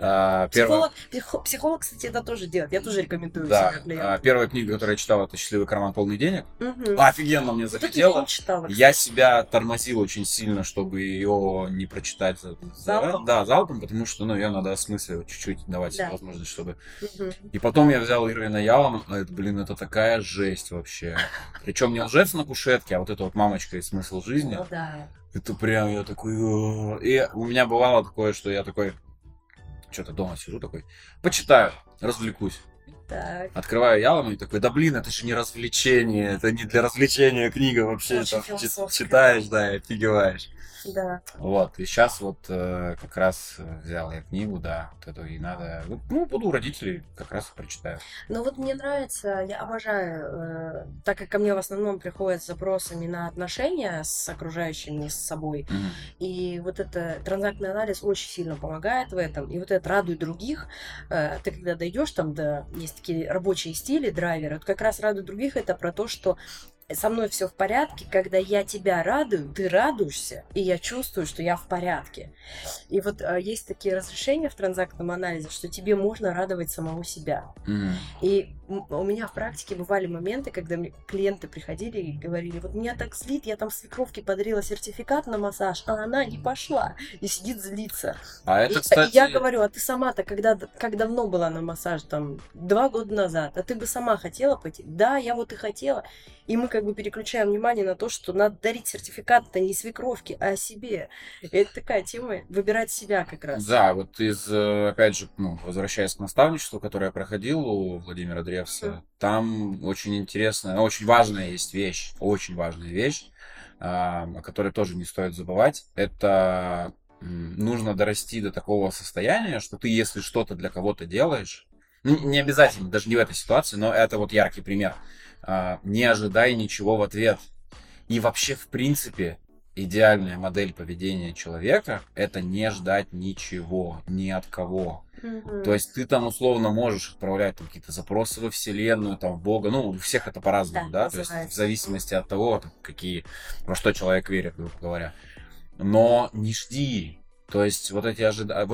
развитие. Психолог, кстати, это тоже делает. Я тоже рекомендую Да, себе клиентам. первая книга, которую я читал, это «Счастливый карман полный денег». Мгм. Офигенно мне Вот эту залетело. я не читала, Я кстати. себя тормозил очень сильно, чтобы ее не прочитать Залпом? Да, залпом, потому что, ну, ее надо осмысливать чуть-чуть, давать себе Да. возможность, чтобы... Мгм. И потом я взял Ирвина Ялома, это такая жесть вообще. Причем не лжец на кушетке, а вот эта вот мамочка и смысл жизни. Ну да. Это прям я такой... И у меня бывало такое, что я такой... Что-то дома сижу такой, почитаю, развлекусь. Так. Открываю Ялома и такой, да блин, это же не развлечение, это не для развлечения книга вообще. Очень Там, философская. читаешь, да, и офигеваешь. Да. Вот, и сейчас вот как раз взял я книгу, да, вот эту и надо, ну, буду у родителей, как раз прочитаю. Но вот мне нравится, я обожаю, так как ко мне в основном приходят с запросами на отношения с окружающими, с собой, и вот это транзактный анализ очень сильно помогает в этом, и вот это радуй других, ты когда дойдешь там до, есть такие рабочие стили, драйверы, вот как раз радуй других, это про то, что со мной все в порядке, когда я тебя радую, ты радуешься, и я чувствую, что я в порядке. И вот есть такие разрешения в транзактном анализе, что тебе можно радовать самого себя. И у меня в практике бывали моменты, когда мне клиенты приходили и говорили, вот меня так злит, я там свекровке подарила сертификат на массаж, а она не пошла и сидит злится. А это, И кстати... я говорю, а ты сама-то как давно была на массаж, там, 2 года назад, а ты бы сама хотела пойти? Да, я вот и хотела. И мы как бы переключаем внимание на то, что надо дарить сертификат-то не свекровке, а себе. И это такая тема, выбирать себя как раз. Да, вот опять же, ну, возвращаясь к наставничеству, которое я проходил у Владимира Древца, там очень интересная, очень важная есть вещь, очень важная вещь, о которой тоже не стоит забывать. Это нужно дорасти до такого состояния, что ты, если что-то для кого-то делаешь, не обязательно, даже не в этой ситуации, но это вот яркий пример, не ожидай ничего в ответ. И вообще, в принципе, идеальная модель поведения человека — это не ждать ничего, ни от кого. То есть ты там условно можешь отправлять там какие-то запросы во Вселенную, там, в Бога. Ну, у всех это по-разному, да? То есть в зависимости от того, там, во что человек верит, грубо говоря. Но не жди. То есть вот эти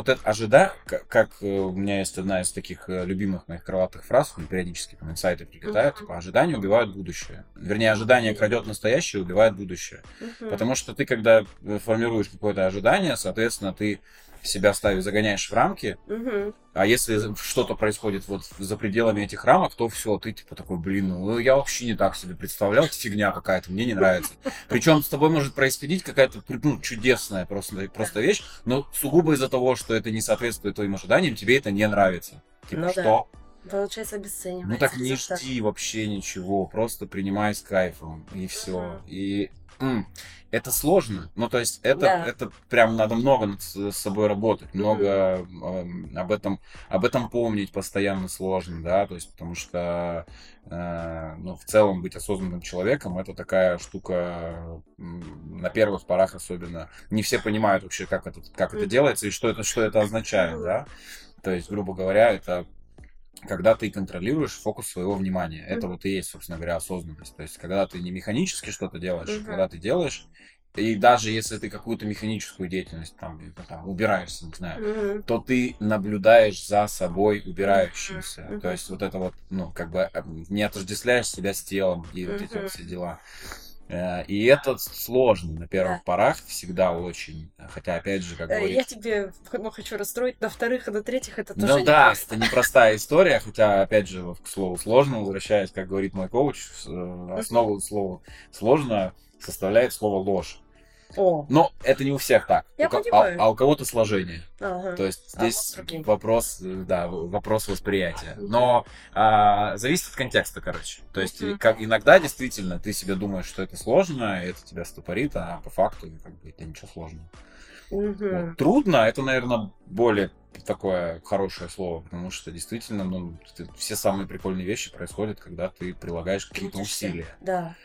как у меня есть одна из таких любимых моих крылатых фраз, мне периодически там инсайты прилетают, типа, ожидания убивают будущее. Вернее, ожидание крадет настоящее, убивает будущее. Потому что ты, когда формируешь какое-то ожидание, соответственно, ты себя загоняешь в рамки, а если что-то происходит вот за пределами этих рамок, то все, ты типа такой, блин, ну я вообще не так себе представлял, фигня какая-то, мне не нравится. Причем с тобой может происходить какая-то чудесная просто вещь, но сугубо из-за того, что это не соответствует твоим ожиданиям, тебе это не нравится. Типа, ну, что? Да. Получается, обесценивается. Ну так не жди вообще ничего, просто принимай с кайфом, и все. И это сложно. Ну, то есть, это прям надо много над собой работать, много об этом помнить постоянно сложно, да, то есть, потому что, в целом быть осознанным человеком — это такая штука, на первых порах особенно. Не все понимают вообще, как это делается и что это означает, да. То есть, грубо говоря, это когда ты контролируешь фокус своего внимания. Это вот и есть, собственно говоря, осознанность. То есть, когда ты не механически что-то делаешь, когда ты делаешь, и даже если ты какую-то механическую деятельность там убираешься, не знаю, то ты наблюдаешь за собой убирающимся. То есть, вот это вот, не отождествляешь себя с телом и вот эти вот все дела. И это сложно на первых порах, всегда очень. Хотя, опять же, как говорится... Я тебе хочу расстроить, на вторых и на третьих это тоже Ну да, это непростая история, хотя, опять же, к слову сложно, возвращаясь, как говорит мой коуч, основу слова сложно составляет слово ложь. Но это не у всех так. А у кого-то сложение. То есть здесь вопрос восприятия. Но зависит от контекста, короче. То есть как иногда действительно ты себе думаешь, что это сложно, и это тебя стопорит, а по факту это ничего сложного. Вот. Трудно, это, наверное, более такое хорошее слово, потому что действительно, все самые прикольные вещи происходят, когда ты прилагаешь какие-то усилия. Да.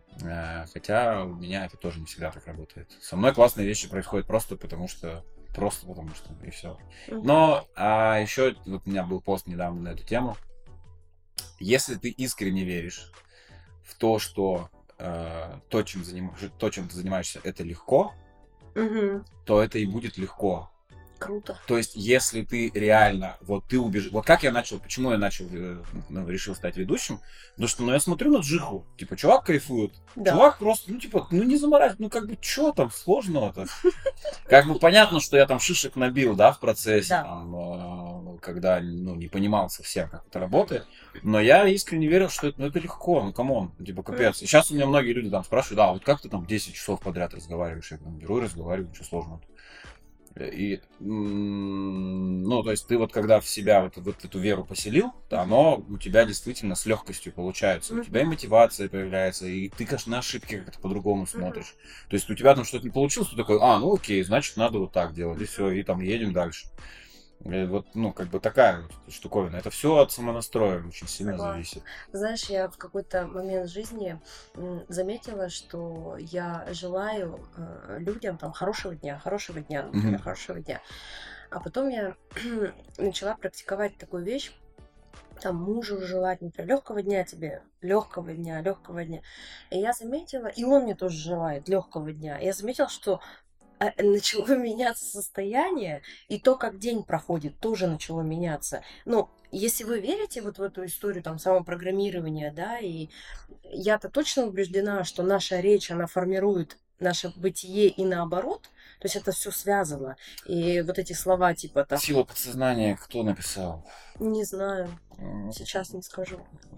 Хотя у меня это тоже не всегда так работает. Со мной классные вещи происходят просто потому что, и все. Но еще вот у меня был пост недавно на эту тему. Если ты искренне веришь в то, что то, чем ты занимаешься, это легко, то это и будет легко. Круто. То есть, если ты реально, ты убежишь... Вот как я начал, почему я решил стать ведущим? Потому что, я смотрю на Джиху, типа, чувак кайфует. Да. Чувак просто, не заморачивается, что там сложного-то? Понятно, что я там шишек набил, да, в процессе, когда, не понимал совсем, как это работает. Но я искренне верил, что это легко, камон, капец. И сейчас у меня многие люди там спрашивают, вот как ты там 10 часов подряд разговариваешь? Я беру и разговариваю, ничего сложного. И, то есть ты когда в себя вот эту веру поселил, оно у тебя действительно с легкостью получается. У тебя и мотивация появляется, и ты, конечно, на ошибки как-то по-другому смотришь. То есть у тебя там что-то не получилось, ты такой, окей, значит, надо вот так делать, и все, и там едем дальше. Такая штуковина. Это все от самонастроя очень сильно зависит. Знаешь, я в какой-то момент жизни заметила, что я желаю людям хорошего дня, например, хорошего дня. А потом я начала практиковать такую вещь, мужу желать, например, легкого дня тебе, легкого дня. И я заметила, и он мне тоже желает легкого дня. Я заметила, что начало меняться состояние, и то, как день проходит, тоже начало меняться. Если вы верите в эту историю самопрограммирования, да, и я-то точно убеждена, что наша речь, она формирует наше бытие и наоборот, то есть это все связано. И вот эти слова типа Сила подсознания кто написал? Не знаю, сейчас не скажу.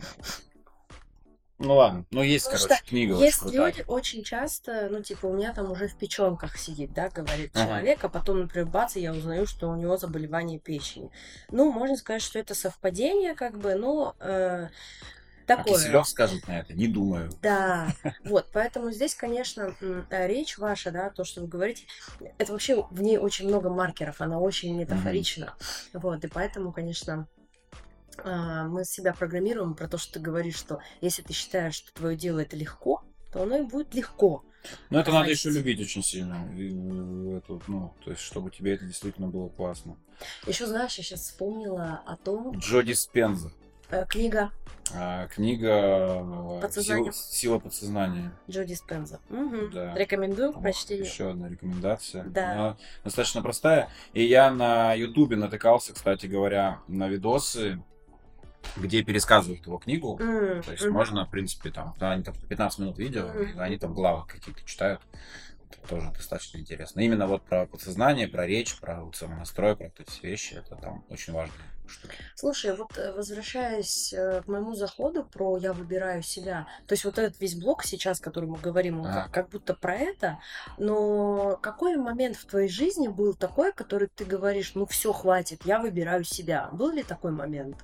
Ну ладно, есть, книга очень есть крутая. люди очень часто, у меня там уже в печенках сидит, да, говорит человек, а потом, например, бац, и я узнаю, что у него заболевание печени. Можно сказать, что это совпадение, такое. А Киселёв скажет на это, не думаю. Да, поэтому здесь, конечно, речь ваша, да, то, что вы говорите, это вообще в ней очень много маркеров, она очень метафорична, и поэтому, конечно, мы себя программируем про то, что ты говоришь, что если ты считаешь, что твое дело это легко, то оно и будет легко. Ну, это надо еще проходить. любить очень сильно. То есть, чтобы тебе это действительно было классно. Еще, знаешь, я сейчас вспомнила о том, Джо Диспенза. книга Книга «Подсознание». «Сила подсознания». Джо Диспенза. Угу. Да. Рекомендую к прочтению. Еще одна рекомендация. Да. Она достаточно простая. И я на Ютубе натыкался, кстати говоря, на видосы, где пересказывают его книгу. То есть можно, в принципе, там, да, они там 15 минут видео, и они там главы какие-то читают. Это тоже достаточно интересно. Именно вот про подсознание, про речь, про вот самонастрой, про вот эти все вещи, это там очень важные штуки. Слушай, вот возвращаясь к моему заходу про «я выбираю себя», то есть вот этот весь блок сейчас, который мы говорим, он как будто про это, но какой момент в твоей жизни был такой, который ты говоришь, ну все, хватит, я выбираю себя? Был ли такой момент?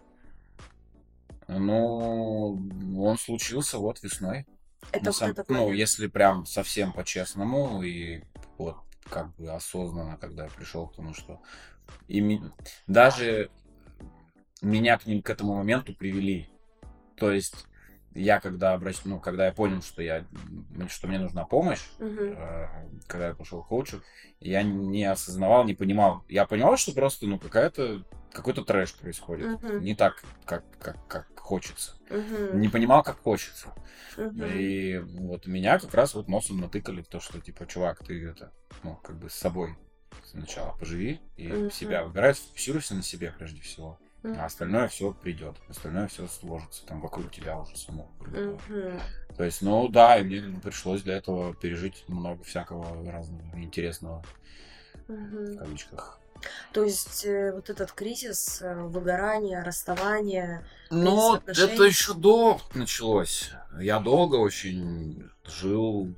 Ну, он случился вот весной. Это вот этот Ну, момент. если прям совсем по-честному и вот как бы осознанно, когда я пришел к тому, что даже меня к этому моменту привели. То есть я когда когда я понял, что мне нужна помощь, когда я пошел к коучу, я не осознавал, не понимал. Я понимал, что просто какой-то трэш происходит. Не так, как хочется. Не понимал, как хочется. И вот меня как раз вот носом натыкали в то, что типа, чувак, ты как бы с собой сначала поживи и себя выбирай, фокусируйся на себе прежде всего. А остальное все придет, остальное все сложится там вокруг тебя уже само. То есть, ну да, и мне пришлось для этого пережить много всякого разного интересного в кавычках. То есть вот этот кризис выгорания, расставания. Ну, это еще долго началось. Я долго очень жил.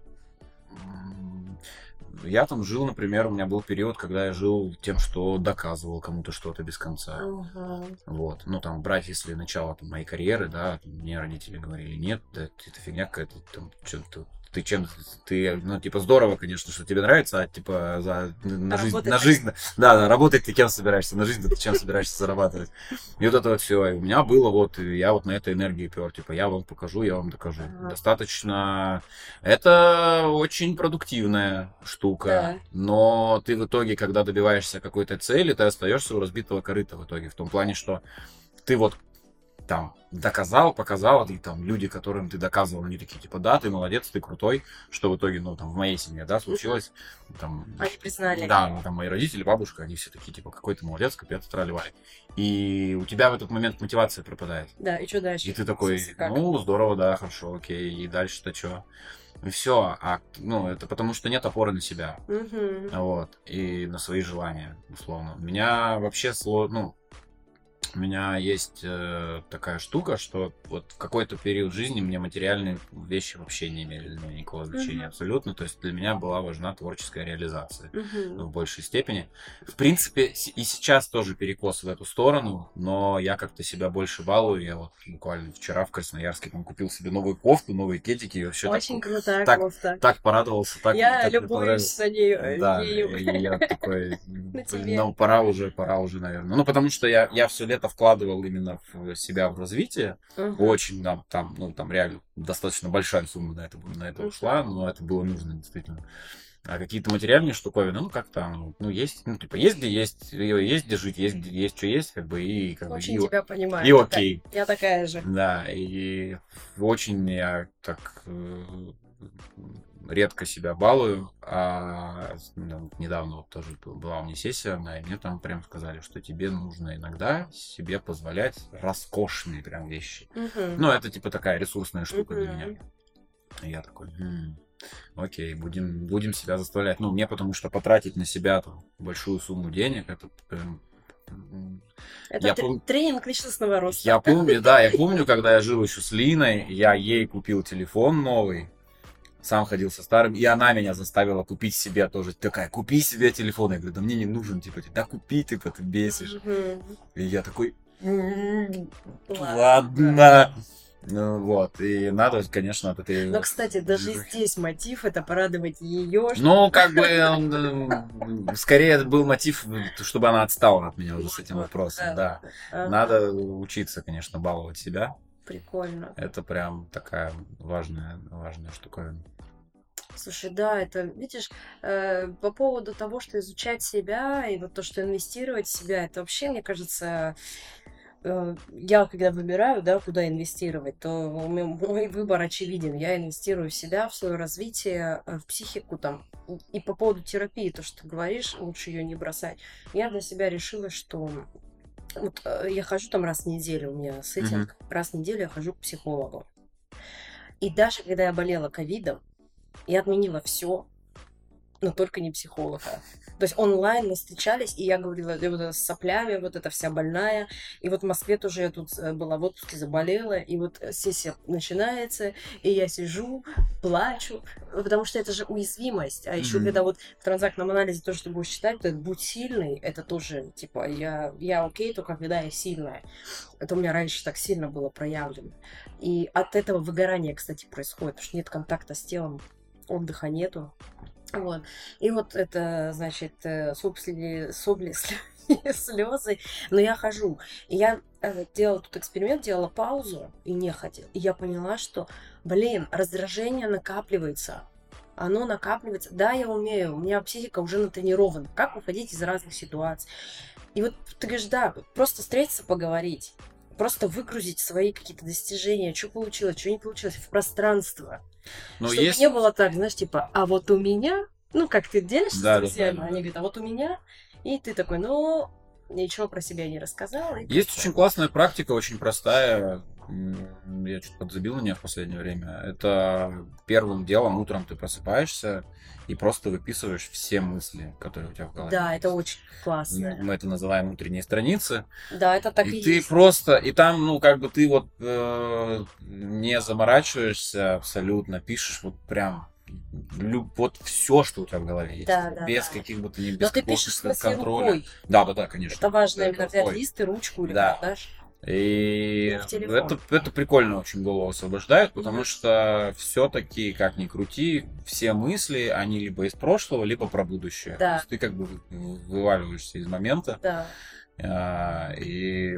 Я там жил, например, у меня был период, когда я жил тем, что доказывал кому-то что-то без конца. Вот. Ну, там, брать, если начало моей карьеры, да, мне родители говорили, нет, да, это фигня какая-то, там, что-то ну, типа, здорово, конечно, что тебе нравится, а, типа, на жизнь, да, работать ты кем собираешься, на жизнь ты чем собираешься зарабатывать. И вот это вот все. И у меня было вот, и я вот на этой энергии пер, типа, я вам покажу, я вам докажу. Достаточно, это очень продуктивная штука, но ты в итоге, когда добиваешься какой-то цели, ты остаешься у разбитого корыта в итоге, в том плане, что ты вот там доказал, показал, и там люди, которым ты доказывал, они такие, типа, да, ты молодец, ты крутой, что в итоге, ну, там, в моей семье, да, случилось, там... Они признали. Да, ну, там, мои родители, бабушка, они все такие, типа, какой ты молодец, капец, трали-вали. И у тебя в этот момент мотивация пропадает. Да, и что дальше? И ты такой, ну, здорово, да, хорошо, окей, и дальше-то что? И все, это потому что нет опоры на себя, вот, и на свои желания, условно. У меня вообще у меня есть такая штука, что вот в какой-то период жизни мне материальные вещи вообще не имели для меня никакого значения абсолютно. То есть для меня была важна творческая реализация в большей степени. В принципе, и сейчас тоже перекос в эту сторону, но я как-то себя больше балую. Я вот буквально вчера в Красноярске купил себе новую кофту, новые кедики. И вообще очень крутая кофта. Так порадовался. Я любуюсь на нее. Да, и я такой, ну, пора уже, наверное. Ну, потому что я все лето вкладывал именно в себя в развитие. Очень, там реально достаточно большая сумма на это ушла, но это было нужно действительно. А какие-то материальные штуковины, ну, как там, ну, есть, ну, типа, есть где жить, есть что есть, как бы, и как бы... Очень тебя понимаю. И окей. Я такая же. Да, и очень я так... редко себя балую, недавно вот тоже была у меня сессия, и мне там прям сказали, что тебе нужно иногда себе позволять роскошные прям вещи. Ну, это типа такая ресурсная штука для меня. И я такой, окей, будем себя заставлять. Ну, мне потому что потратить на себя там большую сумму денег, это прям... Это тренинг личностного роста. Я помню, когда я жил еще с Линой, я ей купил телефон новый, сам ходил со старым, и она меня заставила купить себе тоже. Такая, купи себе телефон. Я говорю, да мне не нужен, типа, да купи, типа, ты бесишь. И я такой, ладно. Ну вот, и надо, конечно, от этой... Но, кстати, даже здесь мотив — это порадовать ее. Ну, как бы, скорее был мотив, чтобы она отстала от меня уже с этим вопросом, да. Надо учиться, конечно, баловать себя. Прикольно. Это прям такая важная штуковина. Слушай, да, это, видишь, по поводу того, что изучать себя и вот то, что инвестировать в себя, это вообще, мне кажется, я когда выбираю, да, куда инвестировать, то мой выбор очевиден. Я инвестирую в себя, в свое развитие, в психику там. И по поводу терапии, то, что ты говоришь, лучше ее не бросать. Я для себя решила, что вот я хожу там раз в неделю, у меня сеттинг, раз в неделю я хожу к психологу. И даже когда я болела ковидом, я отменила все, но только не психолога. То есть онлайн мы встречались, и я говорила, и вот это с соплями, вот эта вся больная. И вот в Москве тоже я тут была в отпуске, заболела, и вот сессия начинается, и я сижу, плачу, потому что это же уязвимость. А еще когда вот в транзактном анализе то, что ты будешь читать, то будь сильный, это тоже, типа, я окей, только когда я сильная. Это у меня раньше так сильно было проявлено. И от этого выгорание, кстати, происходит, потому что нет контакта с телом, отдыха нету. Вот. И вот это, значит, собли, слезы. Но я хожу. И я делала тут эксперимент, делала паузу и не ходила. И я поняла, что, раздражение накапливается. Оно накапливается. Да, я умею, у меня психика уже натренирована. Как выходить из разных ситуаций. И вот ты говоришь, да, просто встретиться, поговорить. Просто выгрузить свои какие-то достижения, что получилось, что не получилось, в пространство. Но чтобы не было так, знаешь, типа, а вот у меня, как ты делишься с друзьями, они говорят, а вот у меня, и ты такой, ничего про себя не рассказал. Есть очень классная практика, очень простая, я чуть подзабил на нее в последнее время. Это первым делом утром ты просыпаешься и просто выписываешь все мысли, которые у тебя в голове. Да, есть. Это очень классно. Мы это называем утренние страницы. Да, это так и ты есть. Просто, и там, ты вот не заморачиваешься абсолютно, пишешь вот прям вот все, что у тебя в голове есть. Да, без каких бы то ни без но ты пишешь контроля. Рукой. Да, конечно. Это важно, именно взять лист и ручку или карандаш. И это прикольно очень голову освобождает, потому что все-таки, как ни крути, все мысли, они либо из прошлого, либо про будущее. Да. То есть ты как бы вываливаешься из момента. Да. И,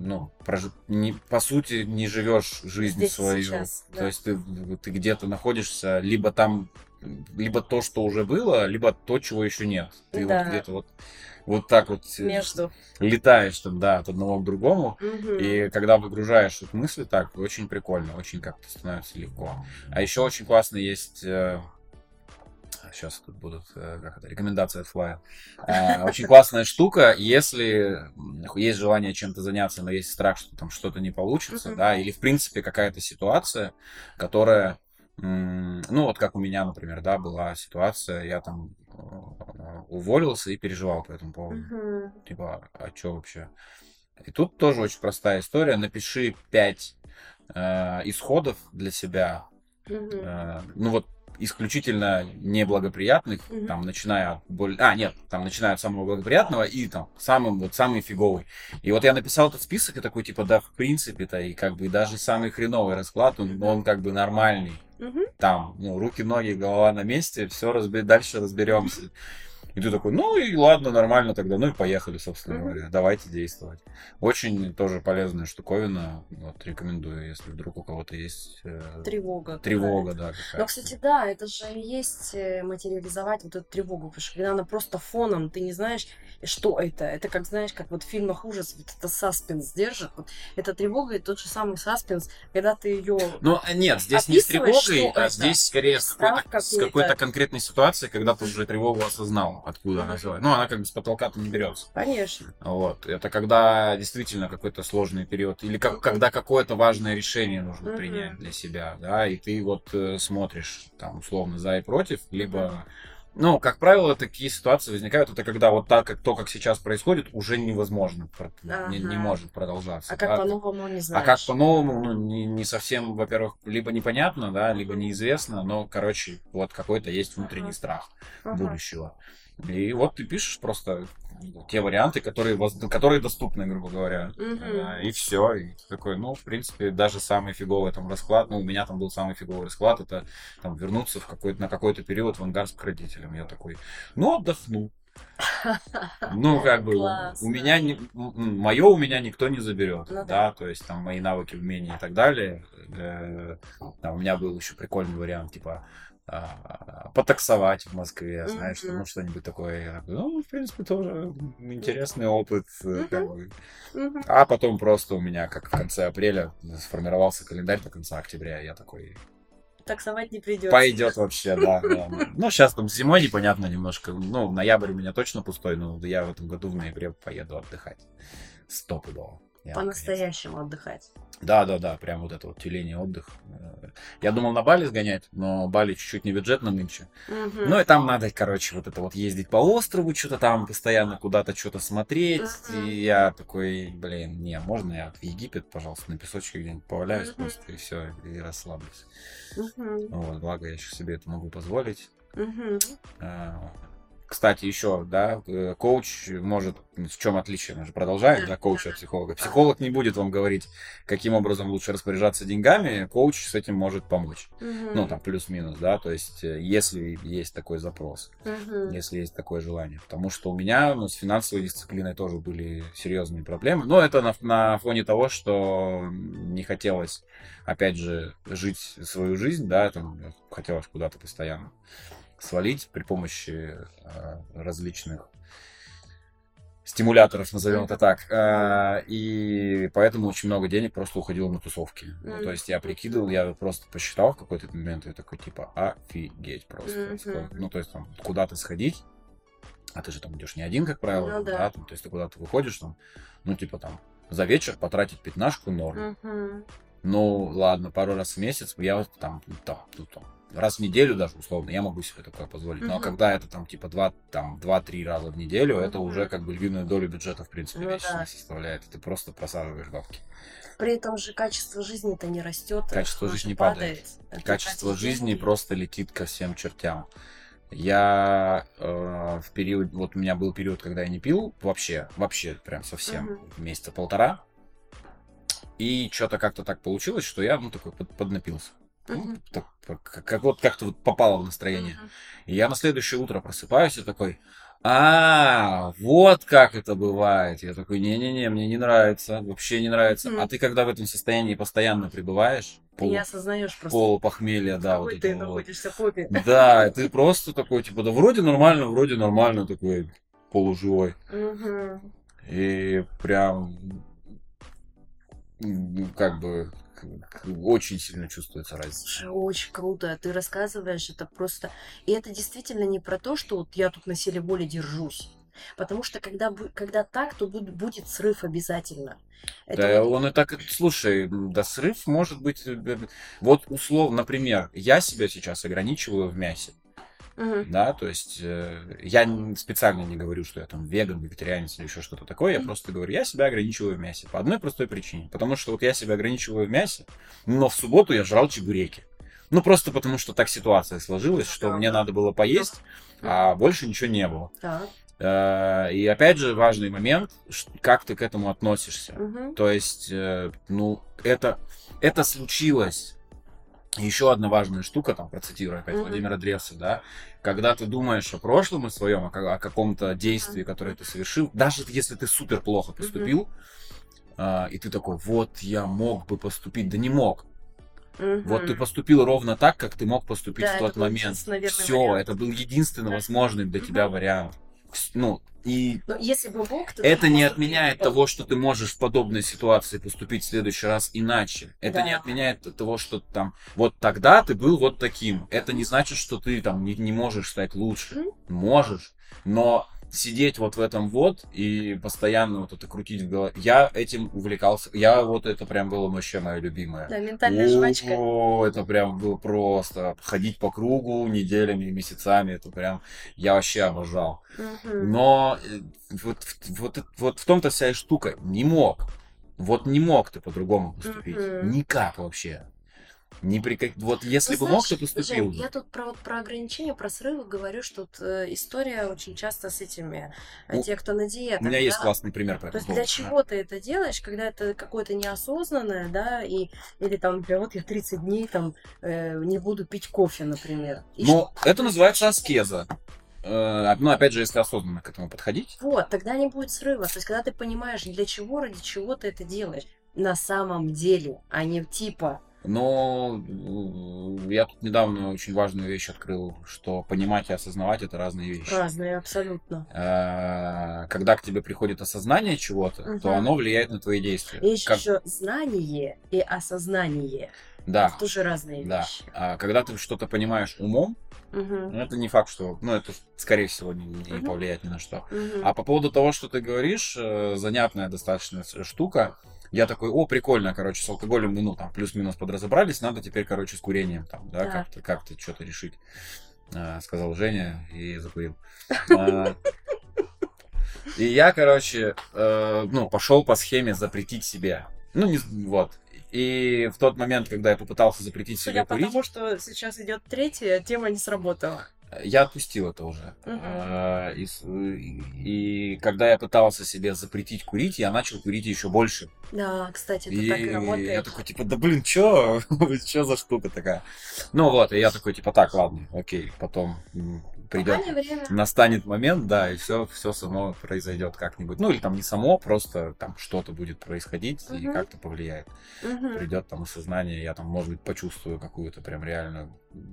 по сути, не живешь жизнь здесь свою. Сейчас, да. То есть ты где-то находишься, либо там, либо то, что уже было, либо то, чего еще нет. Ты вот где-то вот так вот между летаешь там, от одного к другому. И когда выгружаешь вот мысли так, очень прикольно, очень как-то становится легко. А еще очень классно есть... Сейчас тут будут рекомендации от Флая. Очень классная штука, если есть желание чем-то заняться, но есть страх, что там что-то не получится, да, или в принципе какая-то ситуация, которая, вот как у меня, например, да, была ситуация, я там уволился и переживал по этому поводу. Типа, а что вообще? И тут тоже очень простая история. Напиши 5 исходов для себя. Исключительно неблагоприятных, там, начиная от начиная от самого благоприятного и там самый фиговый. И вот я написал этот список и такой, типа, да, в принципе-то, и как бы даже самый хреновый расклад, он как бы нормальный. Там, руки, ноги, голова на месте, все дальше разберемся. И ты такой, и ладно, нормально тогда, и поехали, собственно говоря, давайте действовать. Очень тоже полезная штуковина, рекомендую, если вдруг у кого-то есть тревога, да. Но, кстати, да, это же и есть материализовать вот эту тревогу, потому что когда она просто фоном, ты не знаешь, что это как, знаешь, как вот в фильмах ужасов, вот это саспенс держит, вот эта тревога и тот же самый саспенс, когда ты ее нет, здесь не с тревогой, а здесь скорее с какой-то конкретной ситуацией, когда ты уже тревогу осознал. Откуда она взялась. Она как бы с потолка-то не берется. Конечно. Это когда действительно какой-то сложный период. Или когда какое-то важное решение нужно принять для себя. Да, и ты смотришь там условно за и против. Либо, как правило, такие ситуации возникают. Это когда как сейчас происходит, уже невозможно. Не может продолжаться. А как по-новому не знаешь. А как по-новому, не совсем, во-первых, либо непонятно, да, либо неизвестно. Но, какой-то есть внутренний страх будущего. И ты пишешь просто те варианты, которые доступны, грубо говоря. И все. И ты такой, в принципе, даже самый фиговый там расклад, у меня там был самый фиговый расклад, это там вернуться на какой-то период в Ангарск к родителям. Я такой, отдохну. Ну, как бы, Классно. мое у меня никто не заберет, Ну да, да. то есть там мои навыки, умения и так далее. Там у меня был еще прикольный вариант, типа, потаксовать в Москве, знаешь, ну, Мгм. что-нибудь такое. Я такой, ну, в принципе, тоже интересный опыт, Мгм. как бы. Мгм. А потом просто у меня, как в конце апреля, сформировался календарь до конца октября, я такой, Таксовать не придется. пойдет вообще, да, да. Ну, сейчас там зимой непонятно немножко. Ну, ноябрь у меня точно пустой, но я в этом году в ноябре поеду отдыхать. Стопудово. Я наконец. По-настоящему отдыхать. Да, да, да, прям вот это вот тюлень отдых. Я думал на Бали сгонять, но Бали чуть-чуть не бюджетно нынче. Ну Мгм. и там надо, короче, вот это вот ездить по острову, что-то там постоянно куда-то что-то смотреть. Мгм. И я такой, блин, не, можно я в Египет, пожалуйста, на песочке где-нибудь поваляюсь Мгм. просто и все, и расслаблюсь. Мгм. Вот, благо я еще себе это могу позволить. Мгм. А, Кстати, еще, да, коуч может, в чем отличие, мы же продолжаем, Да, да, коуча от психолога. Психолог не будет вам говорить, каким образом лучше распоряжаться деньгами, коуч с этим может помочь. Ну, Мгм. там, плюс-минус, да, то есть, если есть такой запрос, Мгм. если есть такое желание. Потому что у меня, ну, с финансовой дисциплиной тоже были серьезные проблемы. Но это на фоне того, что не хотелось, опять же, жить свою жизнь, да, там, хотелось куда-то постоянно свалить при помощи различных стимуляторов, назовем это так. И поэтому очень много денег просто уходило на тусовки. Ну, то есть я прикидывал, я просто посчитал в какой-то момент, и такой, типа, офигеть просто. Ну, Мгм. то есть там куда-то сходить, а ты же там идешь не один, как правило, Ну да, да. там, то есть ты куда-то выходишь, там, ну, типа там, за вечер потратить пятнашку норм. Мгм. Ну, ладно, пару раз в месяц я вот там, раз в неделю даже, условно, я могу себе такое позволить. Ну, а Мгм. когда это там, типа, два-три раза в неделю, это уже Мгм. как бы львиную долю бюджета, в принципе, Ну месячно да. составляет. И ты просто просаживаешь бабки. При этом же качество жизни-то не растет, Качество оно же жизни падает. падает. Ты Качество тратишь жизни деньги. просто летит ко всем чертям. Я в период, вот у меня был период, когда я не пил вообще прям совсем, Мгм. месяца полтора. И что-то как-то так получилось, что я, ну, такой поднапился. Ну, Мгм. так, вот как-то вот попало в настроение. Мгм. И я на следующее утро просыпаюсь и такой, вот как это бывает. Я такой, не-не-не, мне не нравится, вообще не нравится. А Мгм. ты когда в этом состоянии постоянно пребываешь, Ты не осознаешь просто, полупохмелья, в да, вот какой ты этого вот. находишься попе. Да, ты просто такой, типа, да вроде нормально, такой полуживой. Мгм. И прям как бы очень сильно чувствуется разница. Слушай, очень круто. Ты рассказываешь, это просто... И это действительно не про то, что вот я тут на силе воли держусь. Потому что когда так, то будет срыв обязательно. Это Да, вот... он и так, слушай, да срыв может быть, вот условно, например, я себя сейчас ограничиваю в мясе, Мгм. да, то есть я специально не говорю, что я там веган, вегетарианец или еще что-то такое, я Мгм. просто говорю, я себя ограничиваю в мясе по одной простой причине, потому что вот я себя ограничиваю в мясе, но в субботу я жрал чебуреки. Ну, просто потому что так ситуация сложилась, что мне Ага. надо было поесть, Мгм. а больше ничего не было. Так. И опять же важный момент, как ты к этому относишься. Мгм. То есть, ну, это случилось. Еще одна важная штука, там, процитирую опять Мгм. Владимира Древса, да, когда ты думаешь о прошлом и своем, о каком-то действии, Мгм. которое ты совершил, даже если ты супер плохо Мгм. поступил, и ты такой, вот я мог бы поступить, да не мог. Вот ты Мгм. поступил ровно так, как ты мог поступить Да, в это тот был момент. единственно верный Все, вариант. это был единственно Да. возможный для тебя Мгм. вариант. Ну, и Но если бы мог, то ты бы это не поступил отменяет того, по-другому. что ты можешь в подобной ситуации поступить в следующий раз иначе. Это не Да. отменяет того, что там вот тогда ты был вот таким. Это не Мгм. значит, что ты там не можешь стать лучше. Мгм. Можешь, но сидеть вот в этом вот и постоянно вот это крутить в голове. Я этим увлекался. Я вот это прям было вообще мое любимое. Да, ментальная жвачка. Это прям было просто ходить по кругу неделями, месяцами. Это прям я вообще обожал. Мгм. Но вот в том-то вся и штука. Не мог. Вот не мог ты по-другому поступить. Мгм. Никак вообще. Ни при как... Вот Ну, если бы мог, то знаешь, поступил Жень, бы. я тут про ограничения, про срывы говорю, что тут история очень часто с этими, У, те, кто на у диетах, меня есть да. классный пример по То этому есть для поводу. Да. чего ты это делаешь, когда это какое-то неосознанное, да, или там, например, вот я 30 дней там не буду пить кофе, например. И что? Но это называется аскеза. Ну, опять же, если осознанно к этому подходить. Вот, тогда не будет срыва. То есть, когда ты понимаешь, для чего, ради чего ты это делаешь на самом деле, а не типа... Но я тут недавно очень важную вещь открыл, что понимать и осознавать — это разные вещи. Разные, абсолютно. Когда к тебе приходит осознание чего-то, то оно влияет на твои действия. Есть еще знание и осознание. Да. Это тоже разные вещи. А когда ты что-то понимаешь умом, это не факт, что... Ну, это, скорее всего, не повлияет ни на что. А по поводу того, что ты говоришь, занятная достаточно штука. Я такой, прикольно, короче, с алкоголем мы, ну, там, плюс-минус подразобрались, надо теперь, короче, с курением, там, да. Как-то что-то решить, сказал Женя и закурил. И я, короче, пошел по схеме запретить себе. Вот. И в тот момент, когда я попытался запретить себе курить... Потому что сейчас идет третья, тема не сработала. Я отпустил это уже. И когда я пытался себе запретить курить, я начал курить еще больше. Да, кстати, это так и работает. Я такой, типа, да блин, чё за штука такая? Ну вот, и я такой, типа, так, ладно, окей, потом придет, настанет момент, да, и все само произойдет как-нибудь. Ну или там не само, просто там что-то будет происходить и как-то повлияет. Придет там осознание, я там, может быть, почувствую какую-то прям реальную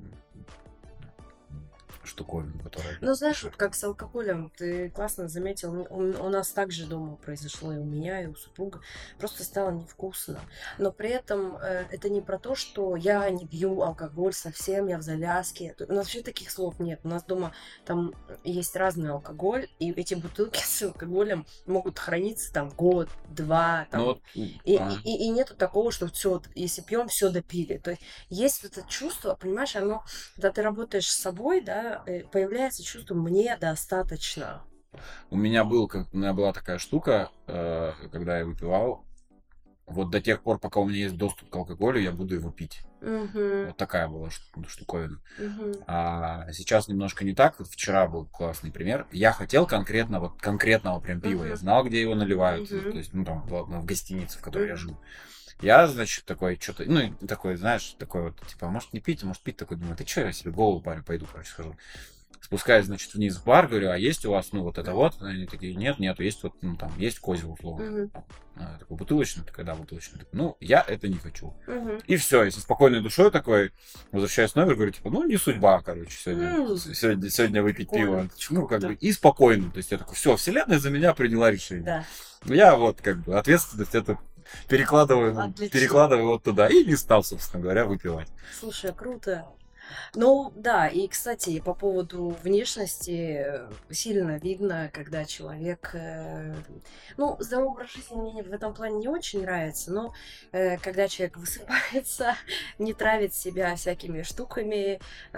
штуковину, которая... Ну, знаешь, вот как с алкоголем, ты классно заметил, у нас также дома произошло, и у меня, и у супруга, просто стало невкусно. Но при этом это не про то, что я не пью алкоголь совсем, я в завязке. У нас вообще таких слов нет. У нас дома там есть разный алкоголь, и эти бутылки с алкоголем могут храниться там год, два, там. Ну, и нету такого, что все, если пьем, все допили. То есть это чувство, понимаешь, оно, когда ты работаешь с собой, да, появляется чувство «мне достаточно». У меня была такая штука, когда я выпивал. Вот до тех пор, пока у меня есть доступ к алкоголю, я буду его пить. Вот такая была штуковина. А сейчас немножко не так. Вот вчера был классный пример. Я хотел конкретного прям пива. Я знал, где его наливают. То есть, ну там, в гостинице, в которой я жил. Я, значит, такой, что-то, такой, знаешь, такой вот, типа, может не пить, а может пить, такой, думаю, ты что, я себе голову парю, пойду, короче, схожу. Спускаюсь, значит, вниз в бар, говорю, а есть у вас, вот это вот? Они такие, нету, есть вот, там, есть козел, условно. Такой, бутылочный? Такой, да, бутылочный. Такой, я это не хочу. И все, если спокойной душой такой, возвращаюсь в номер, говорю, типа, не судьба, короче, сегодня выпить пиво. И спокойно, то есть я такой, все, вселенная за меня приняла решение. Да. Я вот, ответственность это... Перекладываю вот туда. И не стал, собственно говоря, выпивать. Слушай, круто. Ну, да, и, кстати, по поводу внешности сильно видно, когда человек... здоровый образ жизни мне в этом плане не очень нравится, но когда человек высыпается, не травит себя всякими штуками...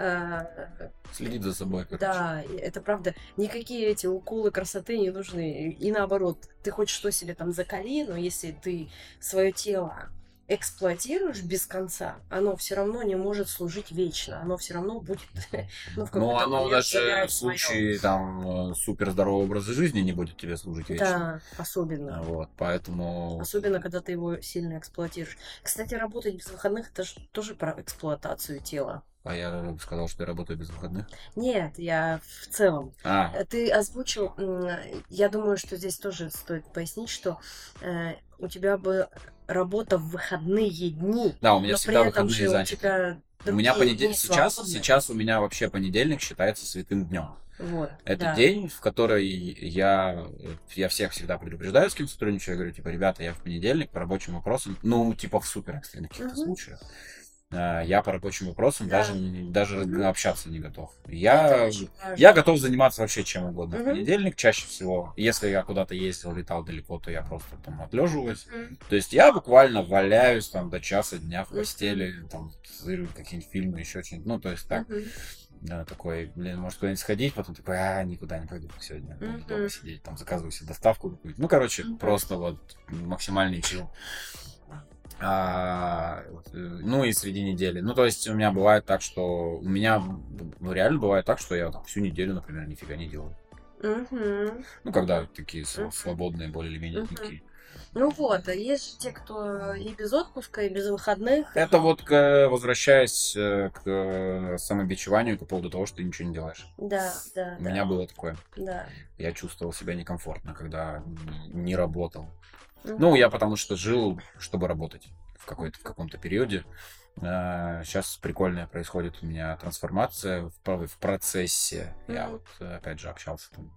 Следит за собой, короче. Да, это правда. Никакие эти уколы красоты не нужны. И наоборот, ты хоть что себе там закали, но если ты свое тело эксплуатируешь без конца, оно все равно не может служить вечно. Оно все равно будет... оно даже в случае там супер здорового образа жизни не будет тебе служить вечно. Да, особенно. Вот, поэтому... Особенно, когда ты его сильно эксплуатируешь. Кстати, работать без выходных, это же тоже про эксплуатацию тела. А я сказал, что я работаю без выходных? Нет, я в целом. Ты озвучил, я думаю, что здесь тоже стоит пояснить, что у тебя бы работа в выходные дни. Да, у меня всегда выходные заняты. У меня понедельник сейчас у меня вообще понедельник считается святым днем. Вот, это день, в который я всех всегда предупреждаю, с кем сотрудничаю. Я говорю, типа, ребята, я в понедельник по рабочим вопросам, типа в супер экстренных каких-то случаях. Я по рабочим вопросам даже общаться не готов. Я готов заниматься вообще чем угодно. В понедельник чаще всего. Если я куда-то ездил, летал далеко, то я просто там отлеживаюсь. То есть я буквально валяюсь там до часа дня в постели, там, смотрю какие-нибудь фильмы, еще что-нибудь. То есть так. Такой, может куда-нибудь сходить, потом такой, никуда не пойду сегодня. Буду дома сидеть, там, заказываю себе доставку какую-нибудь. Просто вот максимальный чил. И среди недели. То есть у меня бывает так, что реально бывает так, что я всю неделю, например, нифига не делаю. Когда такие свободные более или менее такие. Ну вот, а есть же те, кто и без отпуска, и без выходных. Это вот возвращаясь к самобичеванию по поводу того, что ты ничего не делаешь. Да, да, У да. меня было такое. Да. Я чувствовал себя некомфортно, когда не работал. Мгм. Ну, я потому что жил, чтобы работать в каком-то периоде. Сейчас прикольная происходит у меня трансформация в процессе. Я Мгм. вот, опять же, общался там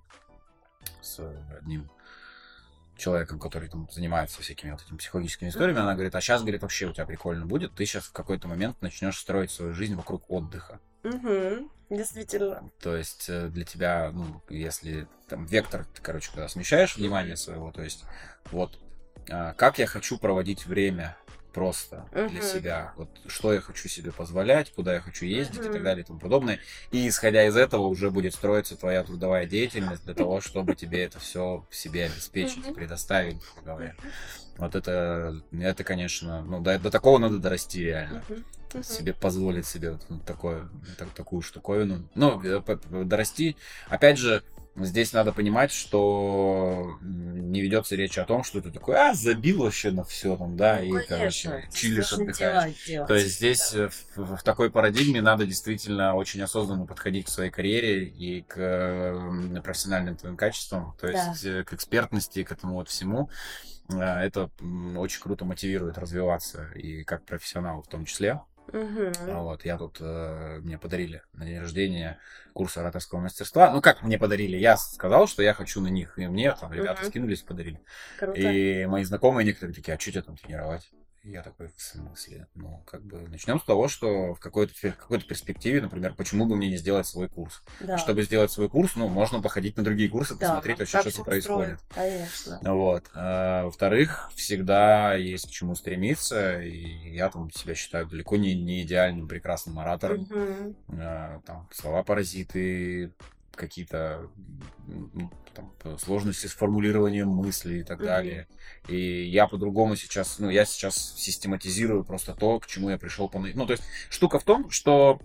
с одним человеком, который там занимается всякими вот этими психологическими историями. Она говорит, а сейчас, говорит, вообще у тебя прикольно будет. Ты сейчас в какой-то момент начнешь строить свою жизнь вокруг отдыха. Мгм. Действительно. То есть для тебя, ну, если там вектор, ты, короче, когда смещаешь внимание своего, то есть вот как я хочу проводить время просто для Мгм. себя, вот что я хочу себе позволять, куда я хочу ездить и так Мгм. далее и тому подобное. И исходя из этого уже будет строиться твоя трудовая деятельность для того, чтобы тебе это все в себе обеспечить, Мгм. предоставить, грубо говоря. Вот это, конечно, ну, до такого надо дорасти реально. Мгм. Мгм. Себе позволить себе вот такую штуковину. Ну, дорасти. Опять же, здесь надо понимать, что не ведется речь о том, что ты такой, забил вообще на все там, да, Ну, и, короче, конечно. чилишь, Должны отдыхаешь. делать. То есть здесь в такой парадигме надо действительно очень осознанно подходить к своей карьере и к профессиональным твоим качествам, то Да. есть к экспертности, к этому вот всему. Это очень круто мотивирует развиваться и как профессионал в том числе. Мгм. Вот, я тут, мне подарили на день рождения курс ораторского мастерства. Ну, как мне подарили? Я сказал, что я хочу на них, и мне там ребята Мгм. скинулись, подарили. Круто. И мои знакомые некоторые такие, а что тебя там тренировать? И я такой, в смысле? Ну, как бы, начнем с того, что в какой-то перспективе, например, почему бы мне не сделать свой курс? Да. Чтобы сделать свой курс, ну, можно походить на другие курсы, Да, посмотреть вообще, как что всё там происходит. устроено. Конечно. Вот. Во-вторых, всегда есть к чему стремиться, и я там себя считаю далеко не идеальным, прекрасным оратором. Мгм. Там слова-паразиты, какие-то там, сложности с формулированием мыслей и так Мгм. далее. И я по-другому сейчас, я сейчас систематизирую просто то, к чему я пришел по... Ну, то есть штука в том, что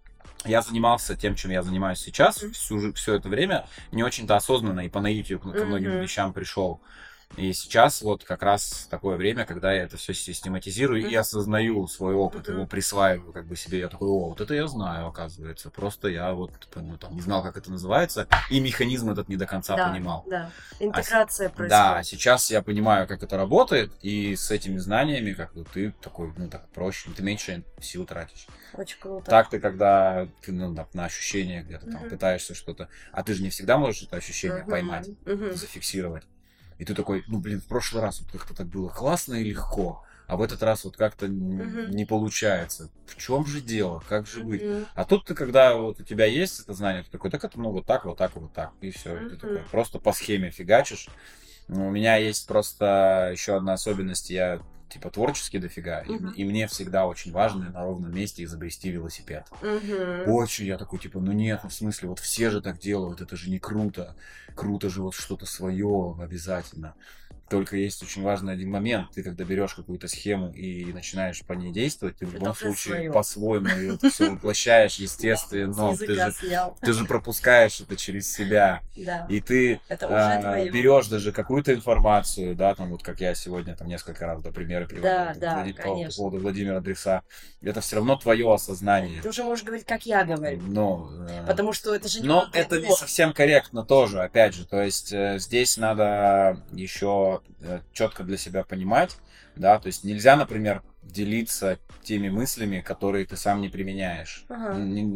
я занимался тем, чем я занимаюсь сейчас, все это время, не очень-то осознанно и по наитию ко многим Мгм. вещам пришел. И сейчас вот как раз такое время, когда я это все систематизирую и осознаю свой опыт, его присваиваю как бы себе. Я такой, вот это я знаю, оказывается. Просто я вот там, не знал, как это называется, и механизм этот не до конца Да, понимал. да. Интеграция Да, происходит. сейчас я понимаю, как это работает, и с этими знаниями как бы ты такой, так проще, ты меньше сил тратишь. Очень круто. Так ты, когда ты на ощущения где-то там Мгм. пытаешься что-то, а ты же не всегда можешь это ощущение Мгм. поймать, Мгм. зафиксировать. И ты такой, в прошлый раз вот как-то так было классно и легко, а в этот раз вот как-то не получается. В чем же дело? Как же быть? Мгм. А тут ты, когда вот у тебя есть это знание, ты такой, так это вот так, вот так, вот так. И все. Ты такой Мгм. просто по схеме фигачишь. У меня есть просто еще одна особенность. Я типа творческий дофига. Мгм. И мне всегда очень важно на ровном месте изобрести велосипед. Мгм. Очень я такой, типа, нет, в смысле, вот все же так делают, это же не круто. Круто же вот что-то свое обязательно. Только есть очень важный один момент. Ты когда берешь какую-то схему и начинаешь по ней действовать, ты в любом уже случае своё. по-своему это все воплощаешь, естественно. С языка снял. Ты же пропускаешь это через себя. Да. И ты Это уже твоё. берешь даже какую-то информацию, да, там вот как я сегодня там несколько раз примеры приводил Да, по конечно. поводу Владимира Дреса. Это все равно твое осознание. Ты уже можешь говорить, как я говорю. Потому что это же не Но вот это не вот. совсем корректно тоже, опять же. То есть здесь надо еще четко для себя понимать, да, то есть нельзя, например, делиться теми мыслями, которые ты сам не применяешь. Ага.